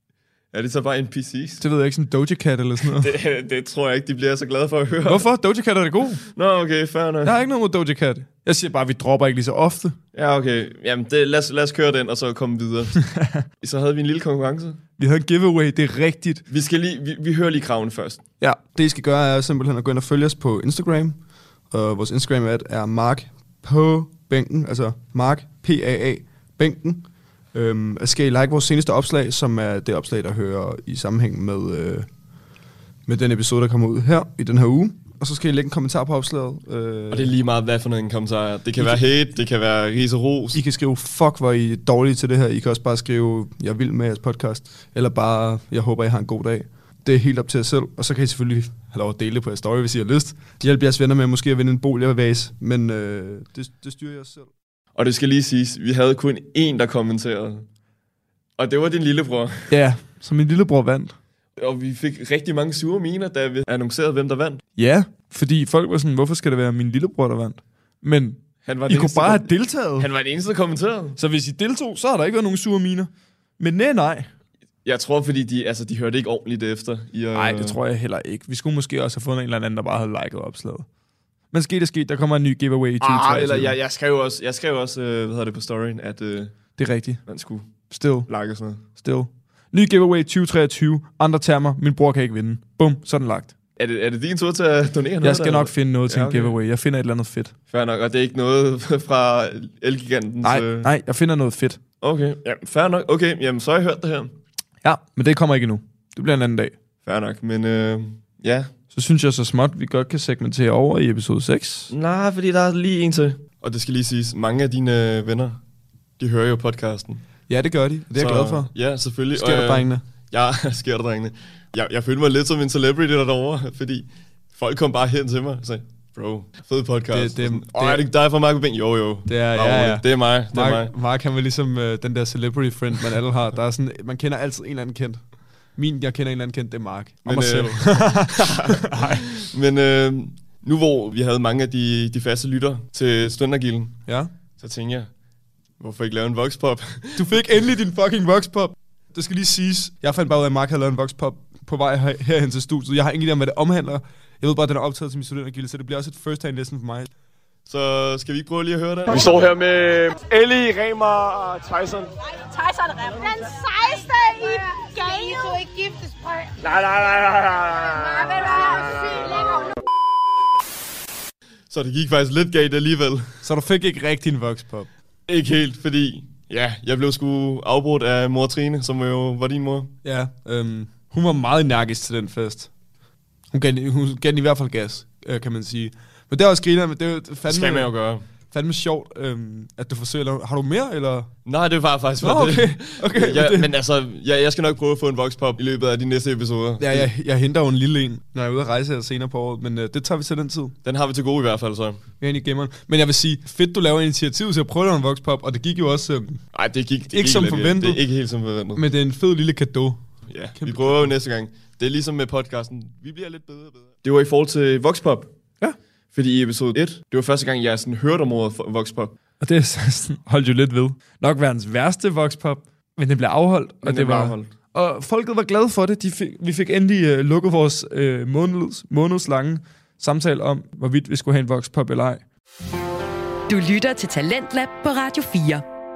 Er det så bare N P C's? Det ved jeg ikke, sådan Doja Cat eller sådan noget. det, det tror jeg ikke, de bliver så glade for at høre. Hvorfor? Doja Cat er det god. Nå, okay, fair nok. Jeg har ikke noget mod Doja Cat. Jeg siger bare, at vi dropper ikke lige så ofte. Ja, okay. Jamen, det, lad, os, lad os køre den, og så komme videre. Så havde vi en lille konkurrence. Vi havde en giveaway, det er rigtigt. Vi, skal lige, vi, vi hører lige kraven først. Ja, det I skal gøre er simpelthen at gå ind og følge os på Instagram. Og vores Instagram er Mark på bænken, altså Mark P A A bænken. Øhm, skal I like vores seneste opslag, som er det opslag, der hører i sammenhæng med, øh, med den episode, der kommer ud her i den her uge. Og så skal I lægge en kommentar på opslaget. Øh, og det er lige meget, hvad for en kommentar. Det kan I være kan, hate, det kan være ris og ros. I kan skrive, fuck, hvor I er dårlige til det her. I kan også bare skrive, jeg er vild med jeres podcast. Eller bare, jeg håber, I har en god dag. Det er helt op til jer selv. Og så kan I selvfølgelig have lov at dele det på jeres story, hvis I har lyst. Hjælp jeres venner med måske at vinde en boligvase. Men øh, det, det styrer jeg selv. Og det skal lige siges, vi havde kun én, der kommenterede. Og det var din lillebror. Ja, så min lillebror vandt. Og vi fik rigtig mange sure miner, da vi annoncerede, hvem der vandt. Ja, fordi folk var sådan, hvorfor skal det være min lillebror, der vandt? Men han var I kunne bare have deltaget. Han var den eneste, der kommenterede. Så hvis I deltog, så har der ikke været nogen sure miner. Men nej, nej. Jeg tror, fordi de, altså, de hørte ikke ordentligt efter. Nej, uh... det tror jeg heller ikke. Vi skulle måske også have fundet en eller anden, der bare havde liket opslaget. Men skete det skete, der kommer en ny giveaway i tyve treogtyve. Ah, eller jeg, jeg skrev også, jeg skrev også uh, hvad hedder det på storyen, at uh, det er rigtigt. Man skulle Still. like og sådan noget. Still. Ny giveaway tyve treogtyve. Andre termer. Min bror kan ikke vinde. Bum, så er den lagt. Er det, er det din tur til at donere noget? Jeg skal der, nok finde noget til ja, okay. en giveaway. Jeg finder et eller andet fedt. Fair nok, og det er ikke noget fra Elgigantens... Nej, øh... nej, jeg finder noget fedt. Okay, ja, fair nok. Okay, jamen så har jeg hørt det her. Ja, men det kommer ikke endnu. Det bliver en anden dag. Fair nok, men øh, ja... Så synes jeg så småt, vi godt kan segmentere over i episode seks. Nej, fordi der er lige en til. Og det skal lige siges, mange af dine venner, de hører jo podcasten. Ja, det gør de. Det er så, jeg glad for. Ja, selvfølgelig. Sker der, drengene? Ja, sker der, drengene. Jeg, jeg følte mig lidt som en celebrity derovre, fordi folk kom bare hen til mig og sagde, bro, fed podcast. Det, det, det, Åh, er det dig fra Mark på Bænk? Jo, jo. Det er, ja, ja. Det er mig. Det Mark, er mig. Mark, han var ligesom uh, den der celebrity friend, man alle har. Der er sådan, man kender altid en eller anden kendt. Min, jeg kender en eller anden kendt, det er Mark. Og Men, mig selv. Men øh, nu hvor vi havde mange af de, de faste lytter til Studentergilden, ja. Så tænkte jeg, hvorfor ikke lave en voxpop? Du fik endelig din fucking voxpop. Det skal lige siges. Jeg fandt bare ud af, at Mark havde lavet en voxpop på vej her, herhen til studiet. Jeg har ingen idé om, hvad det omhandler. Jeg ved bare, at den er optaget til min Studentergilde, så det bliver også et first hand lesson for mig. Så skal vi ikke prøve lige at høre det? Vi står her med Ellie, Remer og Tyson. Tyson og Remer. Den sejste i gamet. I kunne ikke giftes på. Nej, nej, nej, nej, nej, nej. Så det gik faktisk lidt galt alligevel. Så du fik ikke rigtig en voxpop? Ikke helt, fordi ja, jeg blev sgu afbrudt af mor Trine, som jo var din mor. Ja, øhm, hun var meget energisk til den fest. Hun gav, hun gav den i hvert fald gas, øh, kan man sige. Men det er også griner, men det er fandme... Skal man jo gøre. fandme sjovt, øhm, at du forsøger. Har du mere, eller? Nej, det var faktisk Nå, for okay. det. okay jeg, det. Men altså, jeg, jeg skal nok prøve at få en voxpop i løbet af de næste episoder. Ja, jeg, jeg henter jo en lille en, når jeg er ude at rejse her senere på året, men øh, det tager vi til den tid. Den har vi til gode i hvert fald, så. Vi er inde i gemmeren. Men jeg vil sige, fedt du laver initiativ til at prøve at lave en voxpop, og det gik jo også... Øh, Nej, det gik det ikke gik som lidt, forventet. Det er ikke helt som forventet. Men det er en fed lille cadeau. Ja, Kæmpe vi prøver jo næste gang. Det er ligesom med podcasten. Vi bliver lidt bedre og bedre. Det var i forhold til voxpop. Ja. Fordi i episode et, det var første gang, jeg sådan hørte om ordet voxpop. Og det er sådan, holdt jo lidt ved. Nok verdens værste voxpop, men den blev afholdt. Men og det var afholdt. Og folket var glade for det. De fik, vi fik endelig uh, lukket vores uh, måneds, månedslange samtale om, hvorvidt vi skulle have en voxpop eller ej. Du lytter til Talentlab på Radio fire.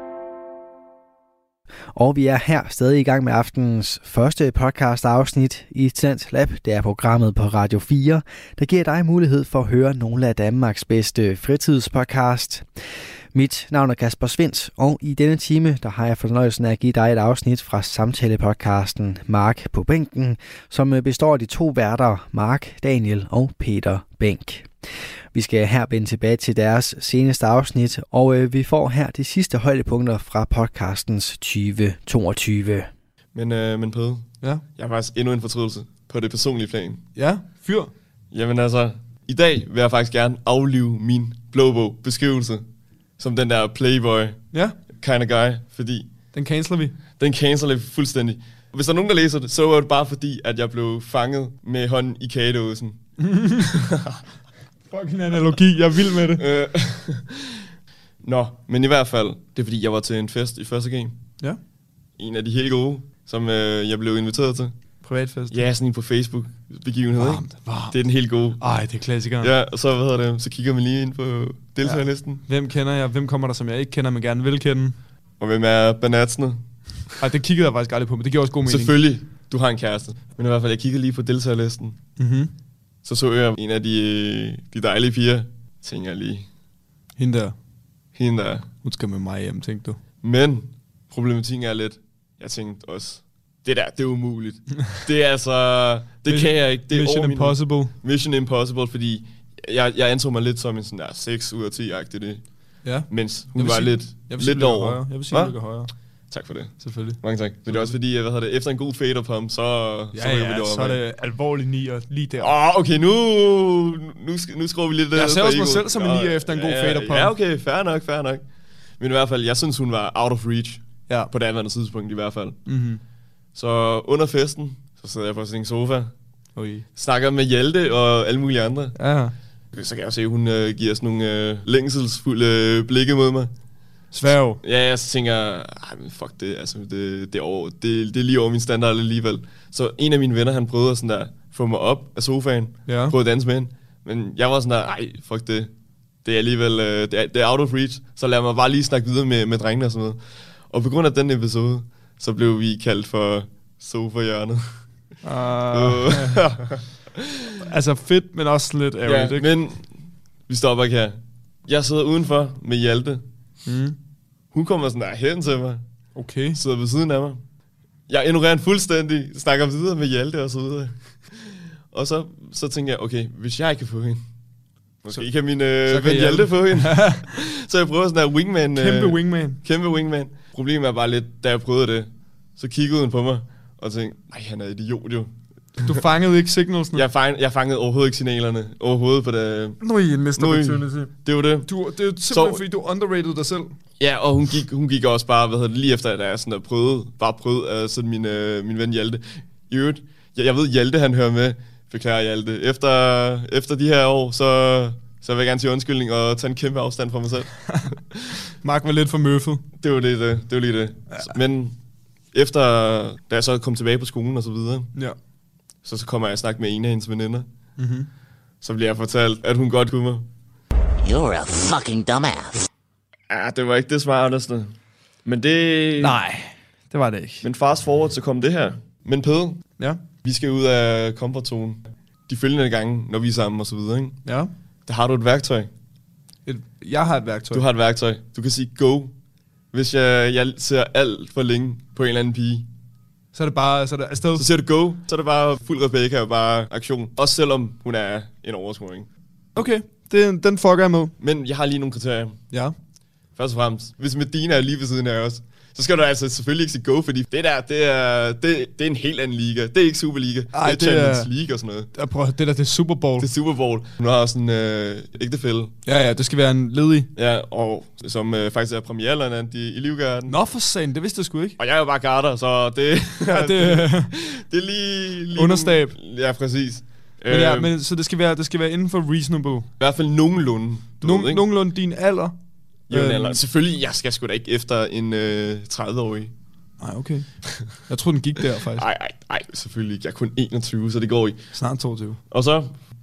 Og vi er her stadig i gang med aftenens første podcast-afsnit i Talentlab. Det er programmet på Radio fire, der giver dig mulighed for at høre nogle af Danmarks bedste fritidspodcast. Mit navn er Kasper Svindt, og i denne time der har jeg fornøjelsen af at give dig et afsnit fra samtalepodcasten Mark på bænken, som består af de to værter, Mark, Daniel og Peter Bænk. Vi skal her vende tilbage til deres seneste afsnit, og øh, vi får her de sidste højdepunkter fra podcastens tyve toogtyve. Men, øh, men Pede, ja? Jeg har faktisk endnu en fortrydelse på det personlige plan. Ja, fyr. Jamen altså, i dag vil jeg faktisk gerne aflive min blåbog beskrivelse som den der playboy ja. kind of guy, fordi... Den canceler vi. Den canceler vi fuldstændig. Hvis der er nogen, der læser det, så var det bare fordi, at jeg blev fanget med hånden i kagedåsen. Fucking analogi, jeg er vild med det. Nå, men i hvert fald, det er fordi, jeg var til en fest i første G. Ja. En af de helt gode, som øh, jeg blev inviteret til. Privatfest? Ja, sådan en på Facebook-begivenhed, varmt, ikke? Varmt. Det er den helt gode. Ej, det er klassikeren. Ja, og så, hvad hedder det, så kigger man lige ind på deltagerlisten. Ja. Hvem kender jeg? Hvem kommer der, som jeg ikke kender, men gerne vil kende? Og hvem er banatsene? Ej, det kiggede jeg faktisk aldrig på, men det giver også god mening. Selvfølgelig, du har en kæreste. Men i hvert fald, jeg kiggede lige på deltagerlisten. Mhm. Så så jeg en af de, de dejlige piger. Tænker jeg lige. Hende der. Hende der. Hun skal med mig hjem, tænkte du. Men problematikken er lidt, jeg tænkte også, det der, det er umuligt. Det er altså, det Mission, kan jeg ikke. Det er Mission Impossible. Min, Mission Impossible, fordi jeg, jeg antog mig lidt som en sådan der seks ud af ti-agtig det. Ja. Mens hun var sige, lidt, lidt over. Højere. Jeg vil sige, at det højere. Tak for det. Selvfølgelig. Mange tak. Men det er også fordi, hvad hedder det, efter en god fader på ham, så... Ja, så, ja, så er det alvorligt nier lige der. Åh, oh, okay, nu, nu, nu skruer vi lidt... Jeg ser også mig selv som en nier efter en god ja, fader på ham. Ja, okay, fair nok, fair nok. Men i hvert fald, jeg synes, hun var out of reach. Ja. På det andet tidspunkt i hvert fald. Mm-hmm. Så under festen, så sidder jeg på sin sofa. Oi. Snakker med Hjalte og alle mulige andre. Ja. Så kan jeg se, at hun øh, giver sådan nogle øh, længselsfulde øh, blikke mod mig. Sværg. Ja, jeg så tænker jeg, men fuck det, altså det, det, er over, det, det er lige over min standard alligevel. Så en af mine venner, han prøvede at sådan der, få mig op af sofaen, ja. prøvede at danse med hende. Men jeg var sådan der, ej, fuck det, det er alligevel, uh, det, er, det er out of reach. Så lad mig bare lige snakke videre med, med drengene og sådan noget. Og på grund af den episode, så blev vi kaldt for sofa-hjørnet. Uh, altså fedt, men også lidt ærgerligt, ja, ikke? Men vi stopper ikke her. Jeg sidder udenfor med Hjalte. Mm. Hun kommer sådan der hen til mig. Okay. Sidder ved siden af mig. Jeg ignorerer hende fuldstændig. Snakker videre med Hjalte og så videre. Og så, så tænker jeg, okay, hvis jeg kan få hende, måske så, kan min øh, kan ven Hjalte få hende. Så jeg prøver sådan der wingman. Kæmpe øh, wingman. Kæmpe wingman. Problemet er bare lidt, da jeg prøvede det, så kiggede hun på mig og tænkte, nej, han er idiot jo. Du fangede ikke signalsene? Jeg, fang, jeg fangede overhovedet ikke signalerne. Overhovedet på det. Nu er I en mister opportunity. Det var det. Du, det er jo simpelthen, så, fordi du underrated dig selv. Ja, og hun gik, hun gik også bare, hvad hedder det, lige efter, at jeg sådan der prøvede, bare prøvede, uh, sådan min, uh, min ven Hjalte. I øvrigt, jeg, jeg ved, Hjalte han hører med, forklarer Hjalte. Efter, efter de her år, så, så vil jeg gerne sige undskyldning og tage en kæmpe afstand fra mig selv. Mark var lidt for møffet. Det var det, det, det var lige det. Ja. Men efter, da jeg så kom tilbage på skolen og så videre, ja. så, så kommer jeg og snakker med en af hendes veninder. Mm-hmm. Så bliver jeg fortalt, at hun godt kunne mig. You're a fucking dumbass. Ja, det var ikke det smarteste. Men det... Nej, det var det ikke. Men fast forward, så kom det her. Men Pede, ja. Vi skal ud af comfort-zonen. De følgende gange, når vi er sammen og så videre, ikke? Ja. Der har du et værktøj. Et, jeg har et værktøj. Du har et værktøj. Du kan sige go. Hvis jeg, jeg ser alt for længe på en eller anden pige, så er det bare, så er det afsted. Så siger du go, så er det bare fuld Rebecca og bare aktion. Også selvom hun er en overscoring. Okay, det, den fucker jeg med. Men jeg har lige nogle kriterier. Ja. Først og fremmest, hvis Medina er lige ved siden af os, så skal du altså selvfølgelig ikke sige go, fordi det der, det er, det, det er en helt anden liga. Det er ikke Superliga, Ej, det er Champions er, League og sådan noget. Der, prøv, det der, det er Super Bowl. Det er Super Bowl. Hun har også en øh, ægtefælle. Ja, ja, det skal være en ledig. Ja, og som øh, faktisk er premierlandant i, i Livgarden. Nå for satan, det vidste jeg sgu ikke. Og jeg er jo bare garter, så det, ja, det, det er lige... lige understab. Ja, præcis. Men ja, men, så det skal, være, det skal være inden for reasonable. I hvert fald nogenlunde. Nogen, ved, nogenlunde din alder. Jævn alder. Selvfølgelig, jeg skal sgu da ikke efter en øh, tredive-årig. Nej, okay. Jeg tror den gik der, faktisk. Nej, nej, nej, selvfølgelig ikke. Jeg er kun enogtyve, så det går ikke. Snart toogtyve. Og så,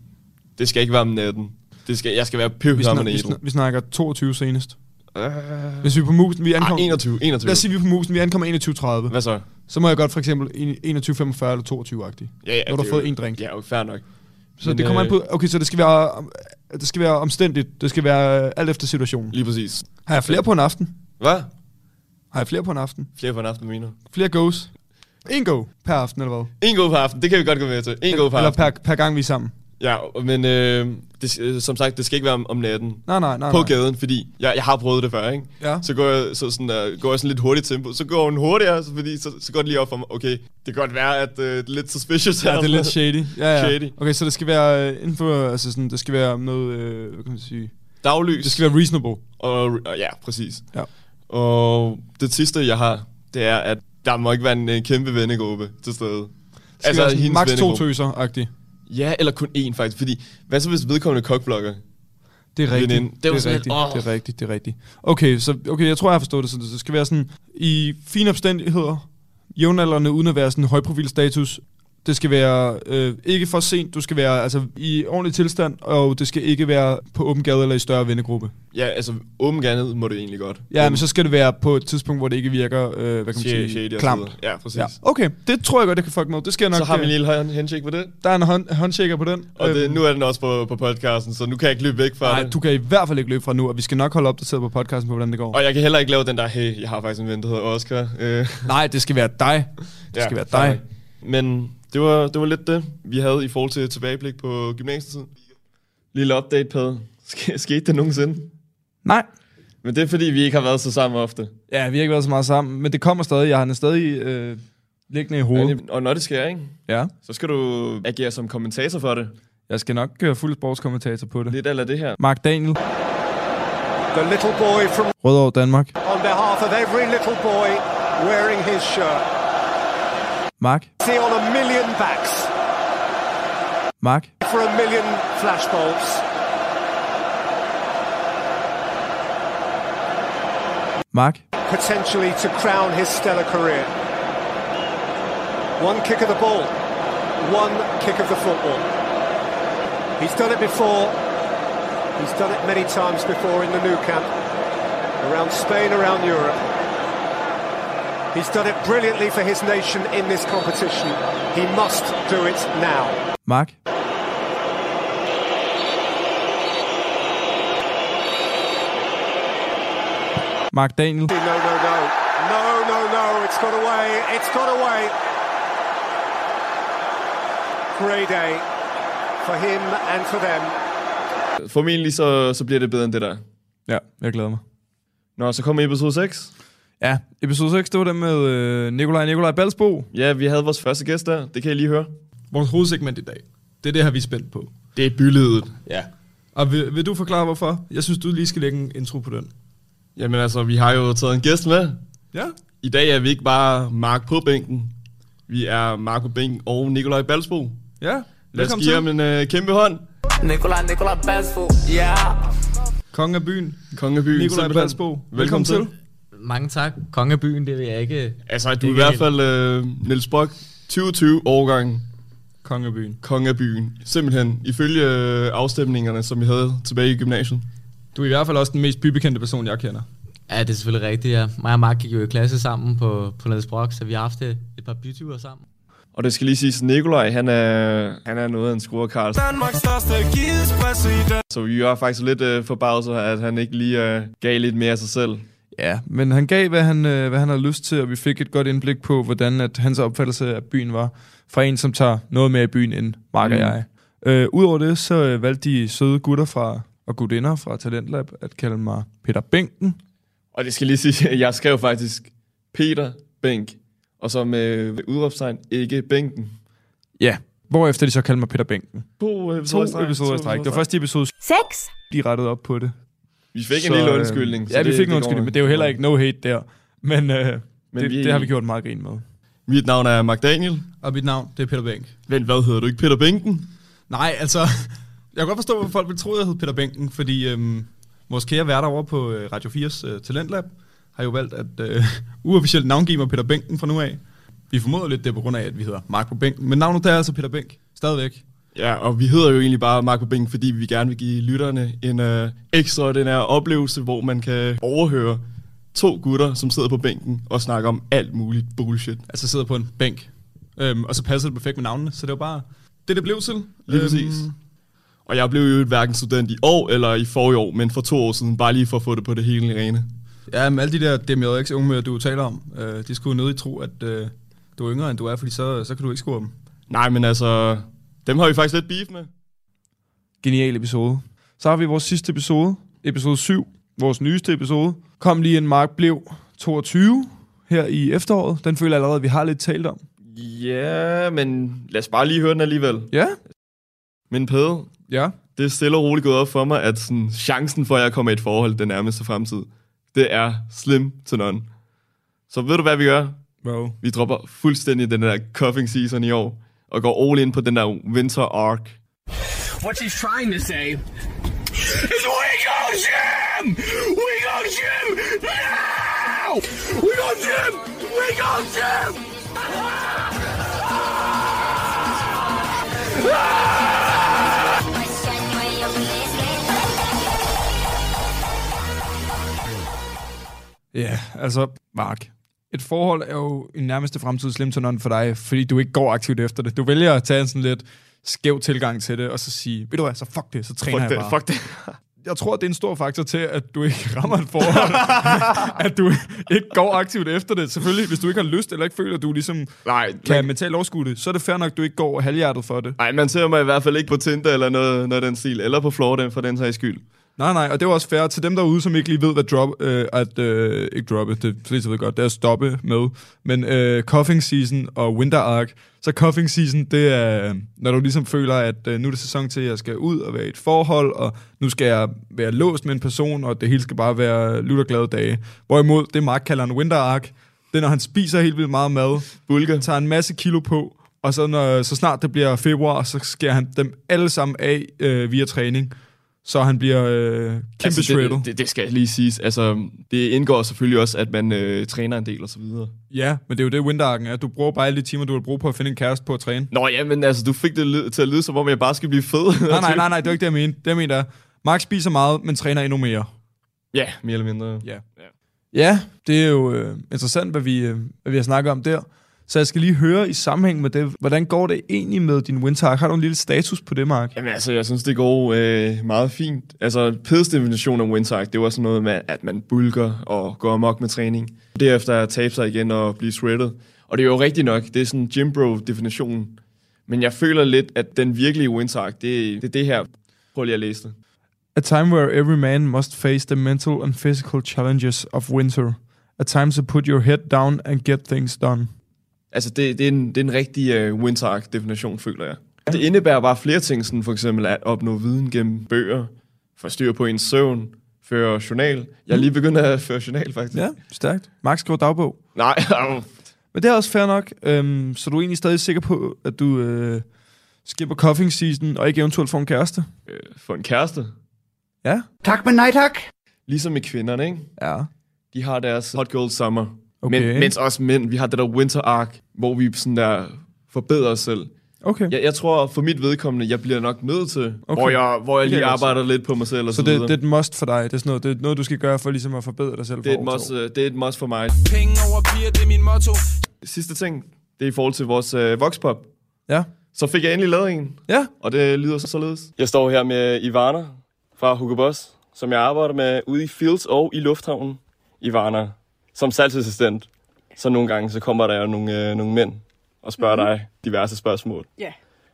det skal ikke være om natten. Det skal, jeg skal være pøvhamrende ædru. Vi, snak, vi snakker toogtyve senest. Uh, Hvis vi er på musen, vi ankommer... Ah, enogtyve, enogtyve. Lad os sige, vi er på musen, vi ankommer enogtyve tredive. Hvad så? Så må jeg godt for eksempel enogtyve femogfyrre eller toogtyve-agtig. Ja, ja. Når du har fået en drink. Ja, fair nok. Så men, det kommer øh... an på... Okay, så det skal være... Det skal være omstændigt. Det skal være alt efter situationen. Lige præcis. Har jeg flere på en aften? Hvad? Har jeg flere på en aften? Flere på en aften, mener Flere goes. En go per aften, eller hvad? En go per aften, det kan vi godt gå med til. En go per eller aften. Eller per, per gang vi er sammen. Ja, men øh, det, som sagt, det skal ikke være om, om natten. Nej, nej, nej. På nej. gaden, fordi jeg, jeg har prøvet det før, ikke? Ja. Så går jeg så sådan, uh, går jeg sådan lidt hurtigt tempo. Så går hun hurtigere, fordi så, så går det lige op for mig. Okay, det kan godt være, at uh, det er lidt suspicious. Ja, det er lidt shady. Ja, ja. Shady. Okay, så det skal være uh, inden for, altså sådan, det skal være noget, uh, hvad kan man sige? Daglys. Det skal være reasonable. Og, uh, ja, præcis. Ja. Og det sidste, jeg har, det er, at der må ikke være en, en kæmpe vennegruppe til stede. Det skal altså, være sådan, max to tøser-agtigt. Ja, eller kun én faktisk, fordi hvad så hvis vedkommende kokblokker? Det er rigtigt, det, det, er rigtigt. Lidt, oh. det er rigtigt, det er rigtigt. Okay, så okay, jeg tror, jeg har forstået det sådan. Det skal være sådan, i fine omstændigheder, jævnaldrende uden at være sådan en højprofilstatus. Det skal være øh, ikke for sent, du skal være altså i ordentlig tilstand, og det skal ikke være på åben gade eller i større vennegruppe. Ja, altså åben gade må det egentlig godt. Ja, men så skal det være på et tidspunkt, hvor det ikke virker, øh, hvad kan man sige, shady klamt. Ja, præcis. Ja. Okay, det tror jeg godt, det kan fuck med. Det skal jeg nok. Så har vi en lille håndshake på det. Der er en hånd, håndshaker på den. Og det, nu er den også på, på podcasten, så nu kan jeg ikke løbe væk fra Nej, det. Nej, du kan i hvert fald ikke løbe fra nu, og vi skal nok holde opdateret på podcasten på, hvordan det går. Og jeg kan heller ikke lave den der, hey, jeg har faktisk en ven, der hedder Oscar. Øh. Nej, det skal være dig. Det ja, skal være dig. Men det var, det var lidt det, vi havde i forhold til tilbageblik på gymnasietiden. Lille update på, skete det nogensinde? Nej. Men det er fordi, vi ikke har været så sammen ofte. Ja, vi har ikke været så meget sammen, men det kommer stadig. Jeg har den stadig øh, liggende i hovedet. Ja, og når det sker, ikke? Ja. Så skal du agere som kommentator for det. Jeg skal nok køre fuld sportskommentator på det. Lidt eller det her. Mark Daniel. The little boy from Rødovre, Danmark. On behalf of every little boy wearing his shirt. Mark. See on a million backs. Mark. For a million flashbulbs. Mark. Potentially to crown his stellar career. One kick of the ball. One kick of the football. He's done it before. He's done it many times before in the Nou Camp. Around Spain, around Europe. He's done it brilliantly for his nation in this competition. He must do it now. Mark. Mark Daniel. No, no, no. No, no, no. It's got away. It's got away. Great day for him and for them. Formentlig så, så bliver det bedre end det der. Ja, jeg glæder mig. Nå, så kommer episode seks. Ja, episode seks, det var den med øh, Nikolaj Nikolaj Balsbo. Ja, vi havde vores første gæst der. Det kan I lige høre. Vores hovedsegment i dag. Det er det her, vi er spændt på. Det er billedet. Ja. Og vil, vil du forklare, hvorfor? Jeg synes, du lige skal lægge en intro på den. Jamen altså, vi har jo taget en gæst med. Ja. I dag er vi ikke bare Mark på bænken. Vi er Mark på bænken og Nikolaj Balsbo. Ja, lad os give ham en øh, kæmpe hånd. Nikolaj Nikolaj Balsbo, ja. Yeah. Konge af byen. Konge af byen. Nikolaj Balsbo. Velkommen, Velkommen til. til. Mange tak. Konge af byen, det vil jeg ikke. Altså, du er i hvert fald øh, Niels Brock, tyve tyve årgang. Konge af byen. Konge af byen. Simpelthen, ifølge øh, afstemningerne, som vi havde tilbage i gymnasiet. Du er i hvert fald også den mest bybekendte person, jeg kender. Ja, det er selvfølgelig rigtigt, ja. Mig og Mark gik jo i klasse sammen på, på Niels Brock, så vi har haft et, et par byture sammen. Og det skal lige siges, Nikolaj, han er, han er noget af en skruerkarl. Så vi er faktisk lidt øh, forbavset, at han ikke lige øh, gav lidt mere af sig selv. Ja, men han gav, hvad han, øh, hvad han havde lyst til, og vi fik et godt indblik på, hvordan at hans opfattelse af byen var, fra en, som tager noget mere i byen end Mark mm. og jeg. Øh, Udover det, så øh, valgte de søde gutter fra og gudinder fra Talentlab at kalde mig Peter Bænken. Og det skal lige sige, at jeg skrev faktisk Peter Bænk, og så med udråbstegn, ikke Bænken. Ja, hvorefter de så kaldte mig Peter Bænken. To episoder i stræk. To episoder i stræk. Det var først i episode seks. De rettede op på det. Vi fik så, en lille undskyldning. Ja, vi fik en undskyldning, men det er jo heller ikke no hate der. Men, øh, men det, vi, det har vi gjort meget grin med. Mit navn er Mark Daniel. Og mit navn, det er Peter Bænk. Vent, hvad hedder du ikke? Peter Bænken? Nej, altså... Jeg kan godt forstå, at folk vil tro, at jeg hed Peter Bænken, fordi øhm, vores kære værter over på øh, Radio fires øh, Talentlab har jo valgt at øh, uofficielt navngive mig Peter Bænken fra nu af. Vi formoder lidt det på grund af, at vi hedder Mark på Bænken, men navnet der er altså Peter Bænk. Stadigvæk. Ja, og vi hedder jo egentlig bare Mark på Bænken, fordi vi gerne vil give lytterne en øh, ekstraordinær oplevelse, hvor man kan overhøre to gutter, som sidder på bænken og snakker om alt muligt bullshit. Altså sidder på en bænk, øhm, og så passer det perfekt med navnene, så det var bare det, det blev til. Lige øhm, præcis. Og jeg blev jo hverken student i år eller i forrige år, men for to år siden, bare lige for at få det på det hele rene. Ja, men alle de der D M J X-unge, du taler om, øh, de skulle jo nødig tro, at øh, du er yngre, end du er, fordi så, så kan du ikke score dem. Nej, men altså, dem har vi faktisk lidt beef med. Genial episode. Så har vi vores sidste episode, episode syv, vores nyeste episode. Kom lige en Mark blev toogtyve her i efteråret. Den føler jeg allerede, at vi har lidt talt om. Ja, men lad os bare lige høre den alligevel. Ja. Men Pede, ja. Det er stille og roligt gået op for mig, at sådan, chancen for, at jeg kommer i et forhold den nærmeste fremtid, det er slim to none. Så ved du, hvad vi gør? Wow. Vi dropper fuldstændig den der cuffing season i år, og går all in på den der winter arc. What she's trying to say is we go gym! We go gym now! We go gym! We go gym! Ja, altså, Mark. Et forhold er jo i nærmeste fremtid slim to none for dig, fordi du ikke går aktivt efter det. Du vælger at tage en sådan lidt skæv tilgang til det, og så sige, ved du hvad, så fuck det, så træner fuck jeg det, bare. Fuck det. Jeg tror, det er en stor faktor til, at du ikke rammer et forhold. At du ikke går aktivt efter det. Selvfølgelig, hvis du ikke har lyst, eller ikke føler, at du ligesom Nej, kan man... mentalt overskue det, så er det fair nok, at du ikke går halvhjertet for det. Nej, man ser mig i hvert fald ikke på Tinder eller noget, noget af den stil, eller på Florida for den sags skyld. Nej, nej, og det er også fair til dem derude, som ikke lige ved, hvad drop, øh, at øh, ikke droppe, det fleste ved godt, det er at stoppe med. Men øh, cuffing season og winter arc, så cuffing season, det er, når du ligesom føler, at øh, nu er det sæson til, at jeg skal ud og være i et forhold, og nu skal jeg være låst med en person, og det hele skal bare være lutterglade dage. Hvorimod det Mark kalder en winter arc, det er, når han spiser helt vildt meget mad, bulker, tager en masse kilo på, og så, når, så snart det bliver februar, så skærer han dem alle sammen af øh, via træning. Så han bliver øh, kæmpe altså, shredded. Det, det, det skal lige siges. Altså, det indgår selvfølgelig også, at man øh, træner en del og så videre. Ja, men det er jo det winterarken er. Du bruger bare alle de timer, du vil bruge på at finde en kæreste på at træne. Nå ja, men altså, du fik det til at lyde, som om jeg bare skal blive fed. nej, nej, nej, nej, det er ikke det, jeg mener. Det, jeg mener er, Mark spiser meget, men træner endnu mere. Ja, mere eller mindre. Ja, ja. ja det er jo øh, interessant, hvad vi, øh, hvad vi har snakket om der. Så jeg skal lige høre i sammenhæng med det, hvordan går det egentlig med din winterark? Har du en lille status på det, Mark? Jamen altså, jeg synes, det går øh, meget fint. Altså, Peds definition af winterark, det var sådan noget med, at man bulker og går amok med træning. Derefter at tabe sig igen og blive shredded. Og det er jo rigtigt nok, det er sådan gym bro-definitionen. Men jeg føler lidt, at den virkelige winterark, det, det er det her. Prøv lige at læse det. A time where every man must face the mental and physical challenges of winter. A time to put your head down and get things done. Altså, det, det, er, en, det er en rigtig uh, winter arc-definition, føler jeg. Det indebærer bare flere ting, sådan for eksempel at opnå viden gennem bøger, få styr på ens søvn, føre journal. Jeg er lige begyndt at føre journal, faktisk. Ja, stærkt. Mark skriver dagbog. Nej. Men det er også fair nok. Øhm, så du er egentlig stadig sikker på, at du øh, skipper cuffing season, og ikke eventuelt får en kæreste? Øh, få en kæreste? Ja. Tak, men nej tak. Ligesom med kvinderne, ikke? Ja. De har deres hot girl summer. Okay. Men, mens også mænd, vi har det der winter arc, hvor vi sådan der forbedrer os selv. Okay. Jeg, jeg tror, for mit vedkommende, jeg bliver nok nødt til, okay. hvor jeg, hvor jeg lige arbejder også lidt på mig selv. Og så så det, videre. det er et must for dig? Det er, sådan noget, det er noget, du skal gøre for ligesom at forbedre dig selv? Det er, et must, det er et must for mig. Penge over piger, det er min motto. Sidste ting, det er i forhold til vores øh, voxpop. Ja. Så fik jeg endelig lavet en. Ja. Og det lyder så således. Jeg står her med Ivana fra Hugo Boss, som jeg arbejder med ude i Fields og i Lufthavnen. Ivana, som salgsassistent. Så nogle gange, så kommer der jo nogle, øh, nogle mænd og spørger mm-hmm. dig diverse spørgsmål. Ja. Yeah.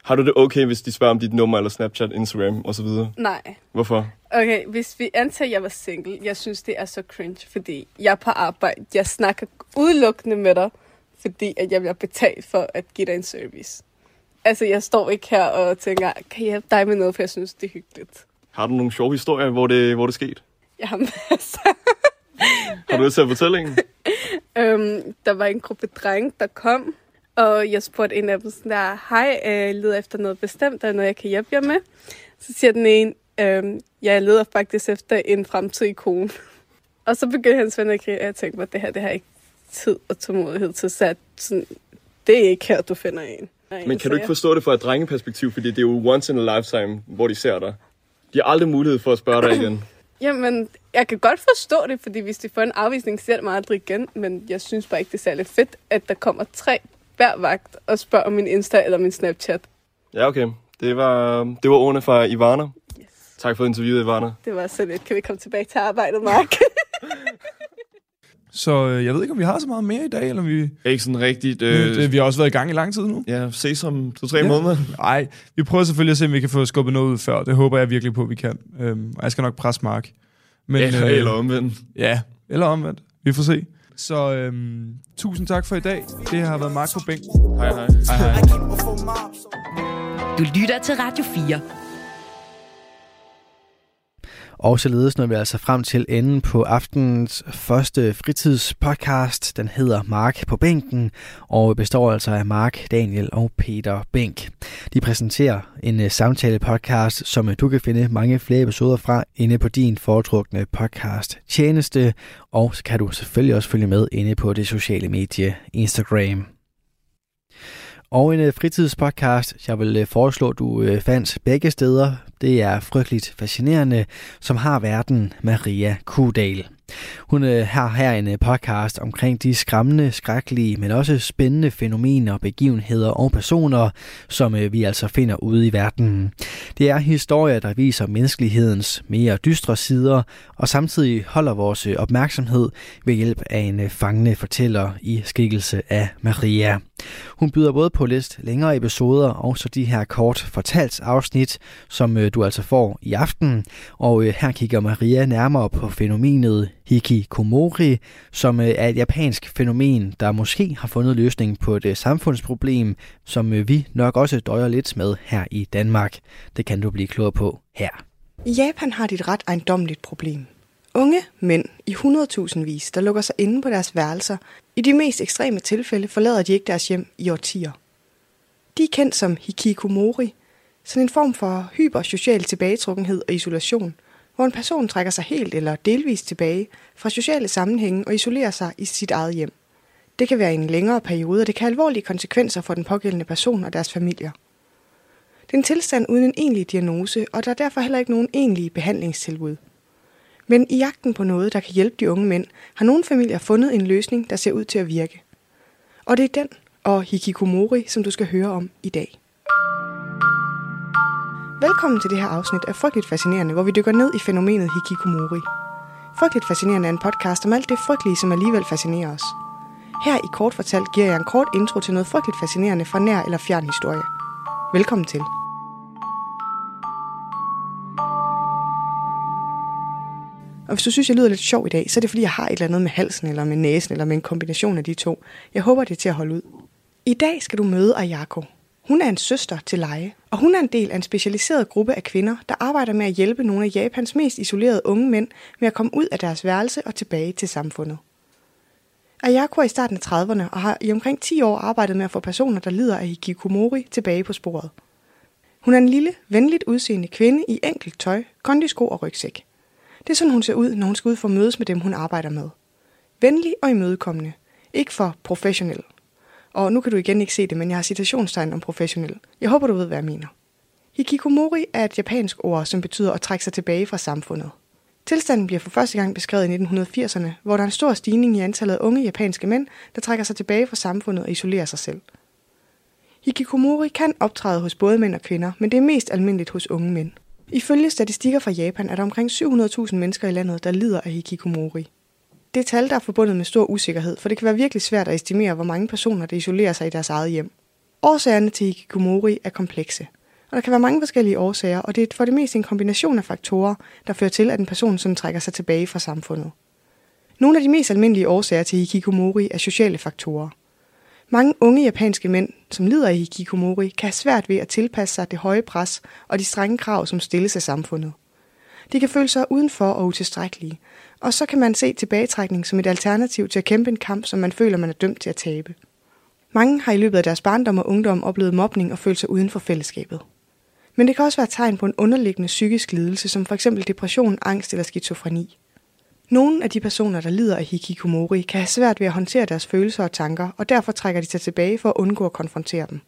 Har du det okay, hvis de spørger om dit nummer eller Snapchat, Instagram osv.? Nej. Hvorfor? Okay, hvis vi antager, at jeg var single, jeg synes, det er så cringe, fordi jeg er på arbejde. Jeg snakker udelukkende med dig, fordi at jeg bliver betalt for at give dig en service. Altså, jeg står ikke her og tænker, kan jeg hjælpe dig med noget, for jeg synes, det er hyggeligt. Har du nogle sjove historier, hvor det, hvor det skete? Jeg har masser. Har du lyst til at fortælle en? øhm, der var en gruppe drenge, der kom, og jeg spurgte en af dem sådan der, hej, jeg leder efter noget bestemt, der er noget, jeg kan hjælpe jer med. Så siger den ene, øhm, jeg leder faktisk efter en fremtidig kone. Og så begyndte hans venner at grine, og jeg tænkte mig, det her, det har ikke tid og tålmodighed til, så sådan, det er ikke her, du finder en. Men kan du ikke forstå det fra et drengeperspektiv, fordi det er jo once in a lifetime, hvor de ser dig. De har aldrig mulighed for at spørge dig igen. Jamen, jeg kan godt forstå det, fordi hvis de får en afvisning, ser det mig aldrig igen. Men jeg synes bare ikke, det er særlig fedt, at der kommer tre hver vagt og spørger om min Insta eller min Snapchat. Ja, okay. Det var, det var ordene fra Ivana. Yes. Tak for interviewet, Ivana. Det var så lidt. Kan vi komme tilbage til arbejdet, Mark? Så øh, jeg ved ikke, om vi har så meget mere i dag, eller vi... Ikke sådan rigtigt. Øh... Det, vi har også været i gang i lang tid nu. Ja, ses om to-tre ja. måneder. Nej, vi prøver selvfølgelig at se, om vi kan få skubbet noget ud før. Det håber jeg virkelig på, at vi kan. Øhm, og jeg skal nok presse Mark. Men, ja, øh, eller omvendt. Ja, eller omvendt. Vi får se. Så øhm, tusind tak for i dag. Det har været Mark på bænken. Hej, hej. Hej, hej. Du lytter til Radio fire. Og således når vi altså frem til enden på aftenens første fritidspodcast. Den hedder Mark på bænken og består altså af Mark, Daniel og Peter Bænk. De præsenterer en uh, samtale-podcast, som uh, du kan finde mange flere episoder fra inde på din foretrukne podcast tjeneste. Og så kan du selvfølgelig også følge med inde på det sociale medie Instagram. Og en uh, fritidspodcast, jeg vil uh, foreslå, du uh, fandt begge steder. Det er Frygteligt Fascinerende, som har værten Maria Kudal. Hun uh, har her en uh, podcast omkring de skræmmende, skrækkelige, men også spændende fænomener, begivenheder og personer, som uh, vi altså finder ude i verden. Det er historier, der viser menneskelighedens mere dystre sider, og samtidig holder vores uh, opmærksomhed ved hjælp af en uh, fangende fortæller i skikkelse af Maria. Hun byder både på lidt længere episoder og så de her kort fortalt afsnit, som øh, du altså får i aften. Og øh, her kigger Maria nærmere på fænomenet hikikomori, som øh, er et japansk fænomen, der måske har fundet løsningen på et øh, samfundsproblem, som øh, vi nok også døjer lidt med her i Danmark. Det kan du blive klogere på her. I Japan har de et ret ejendommeligt problem. Unge mænd i hundredtusindvis, der lukker sig inde på deres værelser. I de mest ekstreme tilfælde forlader de ikke deres hjem i årtier. De er kendt som hikikomori, sådan en form for hypersocial tilbagetrukkenhed og isolation, hvor en person trækker sig helt eller delvist tilbage fra sociale sammenhænge og isolerer sig i sit eget hjem. Det kan være en længere periode, og det kan have alvorlige konsekvenser for den pågældende person og deres familier. Det er en tilstand uden en egentlig diagnose, og der er derfor heller ikke nogen egentlige behandlingstilbud. Men i jagten på noget, der kan hjælpe de unge mænd, har nogle familier fundet en løsning, der ser ud til at virke. Og det er den og hikikomori, som du skal høre om i dag. Velkommen til det her afsnit af Frygteligt Fascinerende, hvor vi dykker ned i fænomenet hikikomori. Frygteligt Fascinerende er en podcast om alt det frygtelige, som alligevel fascinerer os. Her i Kort Fortalt giver jeg en kort intro til noget frygteligt fascinerende fra nær eller fjern historie. Velkommen til. Og hvis du synes, jeg lyder lidt sjov i dag, så er det fordi, jeg har et eller andet med halsen, eller med næsen, eller med en kombination af de to. Jeg håber, det er til at holde ud. I dag skal du møde Ayako. Hun er en søster til Leje, og hun er en del af en specialiseret gruppe af kvinder, der arbejder med at hjælpe nogle af Japans mest isolerede unge mænd med at komme ud af deres værelse og tilbage til samfundet. Ayako er i starten af trediverne og har i omkring ti år arbejdet med at få personer, der lider af hikikomori, tilbage på sporet. Hun er en lille, venligt udseende kvinde i enkelt tøj, kondisko og rygsæk. Det er sådan, hun ser ud, når hun skal ud for at mødes med dem, hun arbejder med. Venlig og imødekommende. Ikke for professionel. Og nu kan du igen ikke se det, men jeg har citationstegn om professionel. Jeg håber, du ved, hvad jeg mener. Hikikomori er et japansk ord, som betyder at trække sig tilbage fra samfundet. Tilstanden bliver for første gang beskrevet i nitten firserne, hvor der er en stor stigning i antallet af unge japanske mænd, der trækker sig tilbage fra samfundet og isolerer sig selv. Hikikomori kan optræde hos både mænd og kvinder, men det er mest almindeligt hos unge mænd. Ifølge statistikker fra Japan er der omkring syv hundrede tusind mennesker i landet, der lider af hikikomori. Det er tal, der er forbundet med stor usikkerhed, for det kan være virkelig svært at estimere, hvor mange personer, der isolerer sig i deres eget hjem. Årsagerne til hikikomori er komplekse, og der kan være mange forskellige årsager, og det er for det meste en kombination af faktorer, der fører til, at en person sådan trækker sig tilbage fra samfundet. Nogle af de mest almindelige årsager til hikikomori er sociale faktorer. Mange unge japanske mænd, som lider af hikikomori, kan have svært ved at tilpasse sig det høje pres og de strenge krav, som stilles af samfundet. De kan føle sig udenfor og utilstrækkelige, og så kan man se tilbagetrækning som et alternativ til at kæmpe en kamp, som man føler, man er dømt til at tabe. Mange har i løbet af deres barndom og ungdom oplevet mobning og følt sig uden for fællesskabet. Men det kan også være tegn på en underliggende psykisk lidelse, som f.eks. depression, angst eller skizofreni. Nogle af de personer, der lider af hikikomori, kan have svært ved at håndtere deres følelser og tanker, og derfor trækker de sig tilbage for at undgå at konfrontere dem.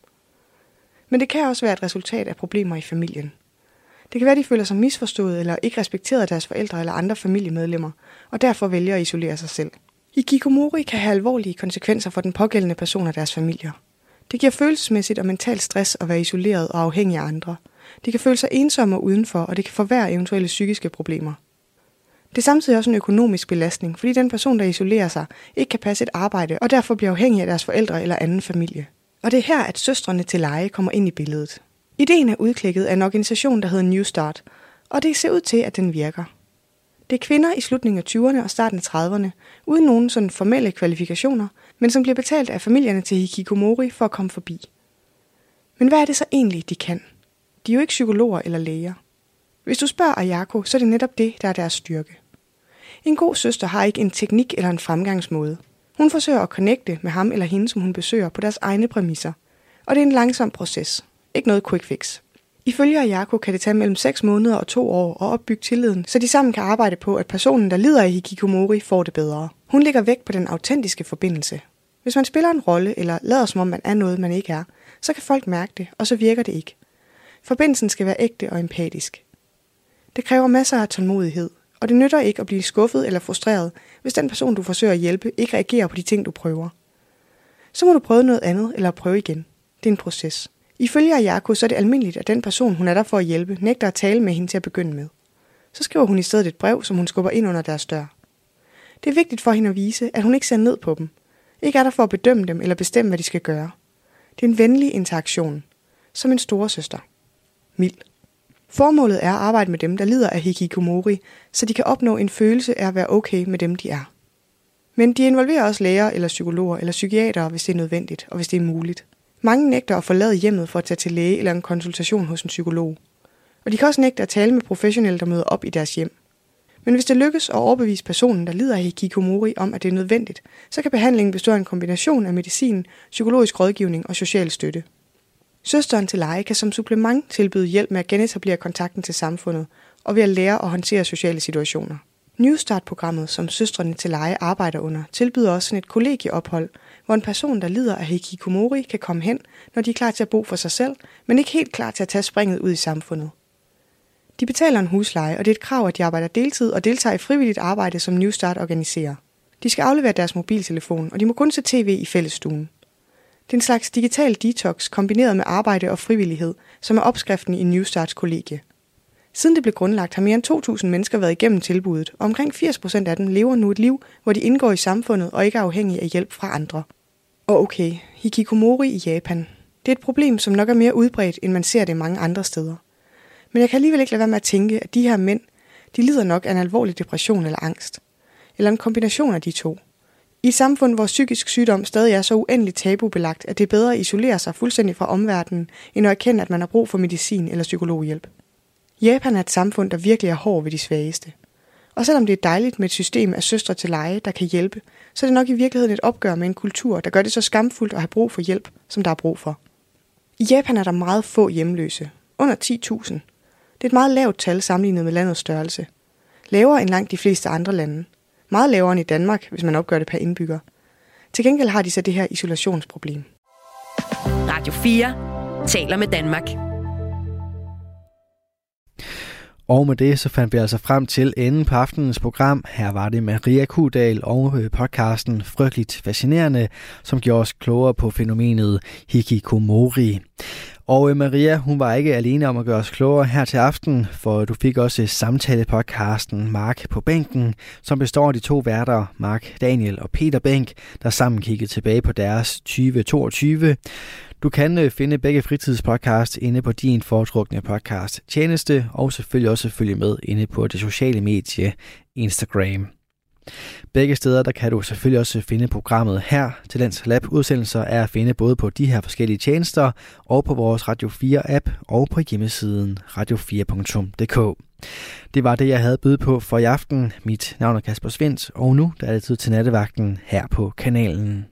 Men det kan også være et resultat af problemer i familien. Det kan være, at de føler sig misforstået eller ikke respekteret af deres forældre eller andre familiemedlemmer, og derfor vælger at isolere sig selv. Hikikomori kan have alvorlige konsekvenser for den pågældende person og deres familier. Det giver følelsesmæssigt og mentalt stress at være isoleret og afhængig af andre. De kan føle sig ensomme og udenfor, og det kan forværre eventuelle psykiske problemer. Det er samtidig også en økonomisk belastning, fordi den person, der isolerer sig, ikke kan passe et arbejde, og derfor bliver afhængig af deres forældre eller anden familie. Og det er her, at Søstrene til Leje kommer ind i billedet. Ideen er udklikket af en organisation, der hedder New Start, og det ser ud til, at den virker. Det er kvinder i slutningen af tyverne og starten af trediverne, uden nogen sådan formelle kvalifikationer, men som bliver betalt af familierne til hikikomori for at komme forbi. Men hvad er det så egentlig, de kan? De er jo ikke psykologer eller læger. Hvis du spørger Ayako, så er det netop det, der er deres styrke. En god søster har ikke en teknik eller en fremgangsmåde. Hun forsøger at connecte med ham eller hende, som hun besøger, på deres egne præmisser. Og det er en langsom proces. Ikke noget quick fix. Ifølge Ayako kan det tage mellem seks måneder og to år at opbygge tilliden, så de sammen kan arbejde på, at personen, der lider af hikikomori, får det bedre. Hun lægger vægt på den autentiske forbindelse. Hvis man spiller en rolle eller lader som om man er noget, man ikke er, så kan folk mærke det, og så virker det ikke. Forbindelsen skal være ægte og empatisk. Det kræver masser af tålmodighed, og det nytter ikke at blive skuffet eller frustreret, hvis den person, du forsøger at hjælpe, ikke reagerer på de ting, du prøver. Så må du prøve noget andet eller prøve igen. Det er en proces. Ifølge Ayako, så er det almindeligt, at den person, hun er der for at hjælpe, nægter at tale med hende til at begynde med. Så skriver hun i stedet et brev, som hun skubber ind under deres dør. Det er vigtigt for hende at vise, at hun ikke ser ned på dem. Ikke er der for at bedømme dem eller bestemme, hvad de skal gøre. Det er en venlig interaktion. Som en storesøster. Mild. Formålet er at arbejde med dem, der lider af hikikomori, så de kan opnå en følelse af at være okay med dem, de er. Men de involverer også læger eller psykologer eller psykiatere, hvis det er nødvendigt og hvis det er muligt. Mange nægter at forlade hjemmet for at tage til læge eller en konsultation hos en psykolog. Og de kan også nægte at tale med professionelle, der møder op i deres hjem. Men hvis det lykkes at overbevise personen, der lider af hikikomori, om at det er nødvendigt, så kan behandlingen bestå af en kombination af medicin, psykologisk rådgivning og social støtte. Søsteren til Leje kan som supplement tilbyde hjælp med at genetablere kontakten til samfundet og ved at lære at håndtere sociale situationer. New Start-programmet, som Søstrene til Leje arbejder under, tilbyder også sådan et kollegieophold, hvor en person, der lider af hikikomori, kan komme hen, når de er klar til at bo for sig selv, men ikke helt klar til at tage springet ud i samfundet. De betaler en husleje, og det er et krav, at de arbejder deltid og deltager i frivilligt arbejde, som New Start organiserer. De skal aflevere deres mobiltelefon, og de må kun se tv i fællesstuen. Det er en slags digital detox kombineret med arbejde og frivillighed, som er opskriften i New Starts kollegie. Siden det blev grundlagt, har mere end to tusind mennesker været igennem tilbuddet, og omkring firs procent af dem lever nu et liv, hvor de indgår i samfundet og ikke er afhængige af hjælp fra andre. Og okay, hikikomori i Japan. Det er et problem, som nok er mere udbredt, end man ser det mange andre steder. Men jeg kan alligevel ikke lade være med at tænke, at de her mænd, de lider nok af en alvorlig depression eller angst. Eller en kombination af de to. I et samfund, hvor psykisk sygdom stadig er så uendeligt tabubelagt, at det er bedre at isolere sig fuldstændig fra omverdenen, end at erkende, at man har brug for medicin eller psykologhjælp. Japan er et samfund, der virkelig er hård ved de svageste. Og selvom det er dejligt med et system af søstre til leje, der kan hjælpe, så er det nok i virkeligheden et opgør med en kultur, der gør det så skamfuldt at have brug for hjælp, som der er brug for. I Japan er der meget få hjemløse. Under ti tusind. Det er et meget lavt tal sammenlignet med landets størrelse. Lavere end langt de fleste andre lande. Meget lavere end i Danmark, hvis man opgør det per indbygger. Til gengæld har de så det her isolationsproblem. Radio fire taler med Danmark. Og med det så fandt vi altså frem til enden på aftenens program. Her var det Maria Kudal og podcasten Frygteligt Fascinerende, som gjorde os klogere på fænomenet hikikomori. Og Maria, hun var ikke alene om at gøre os klogere her til aften, for du fik også samtalepodcasten Mark på bænken, som består af de to værter, Mark Daniel og Peter Bænk, der sammen kiggede tilbage på deres tyve toogtyve. Du kan finde begge fritidspodcast inde på din foretrukne podcast tjeneste, og selvfølgelig også følge med inde på det sociale medie Instagram. Begge steder der kan du selvfølgelig også finde programmet her. Talents Lab udsendelser er at finde både på de her forskellige tjenester og på vores Radio fire app og på hjemmesiden radio fire punktum d k. Det var det, jeg havde byde på for i aften. Mit navn er Kasper Svendt, og nu der er det tid til nattevagten her på kanalen.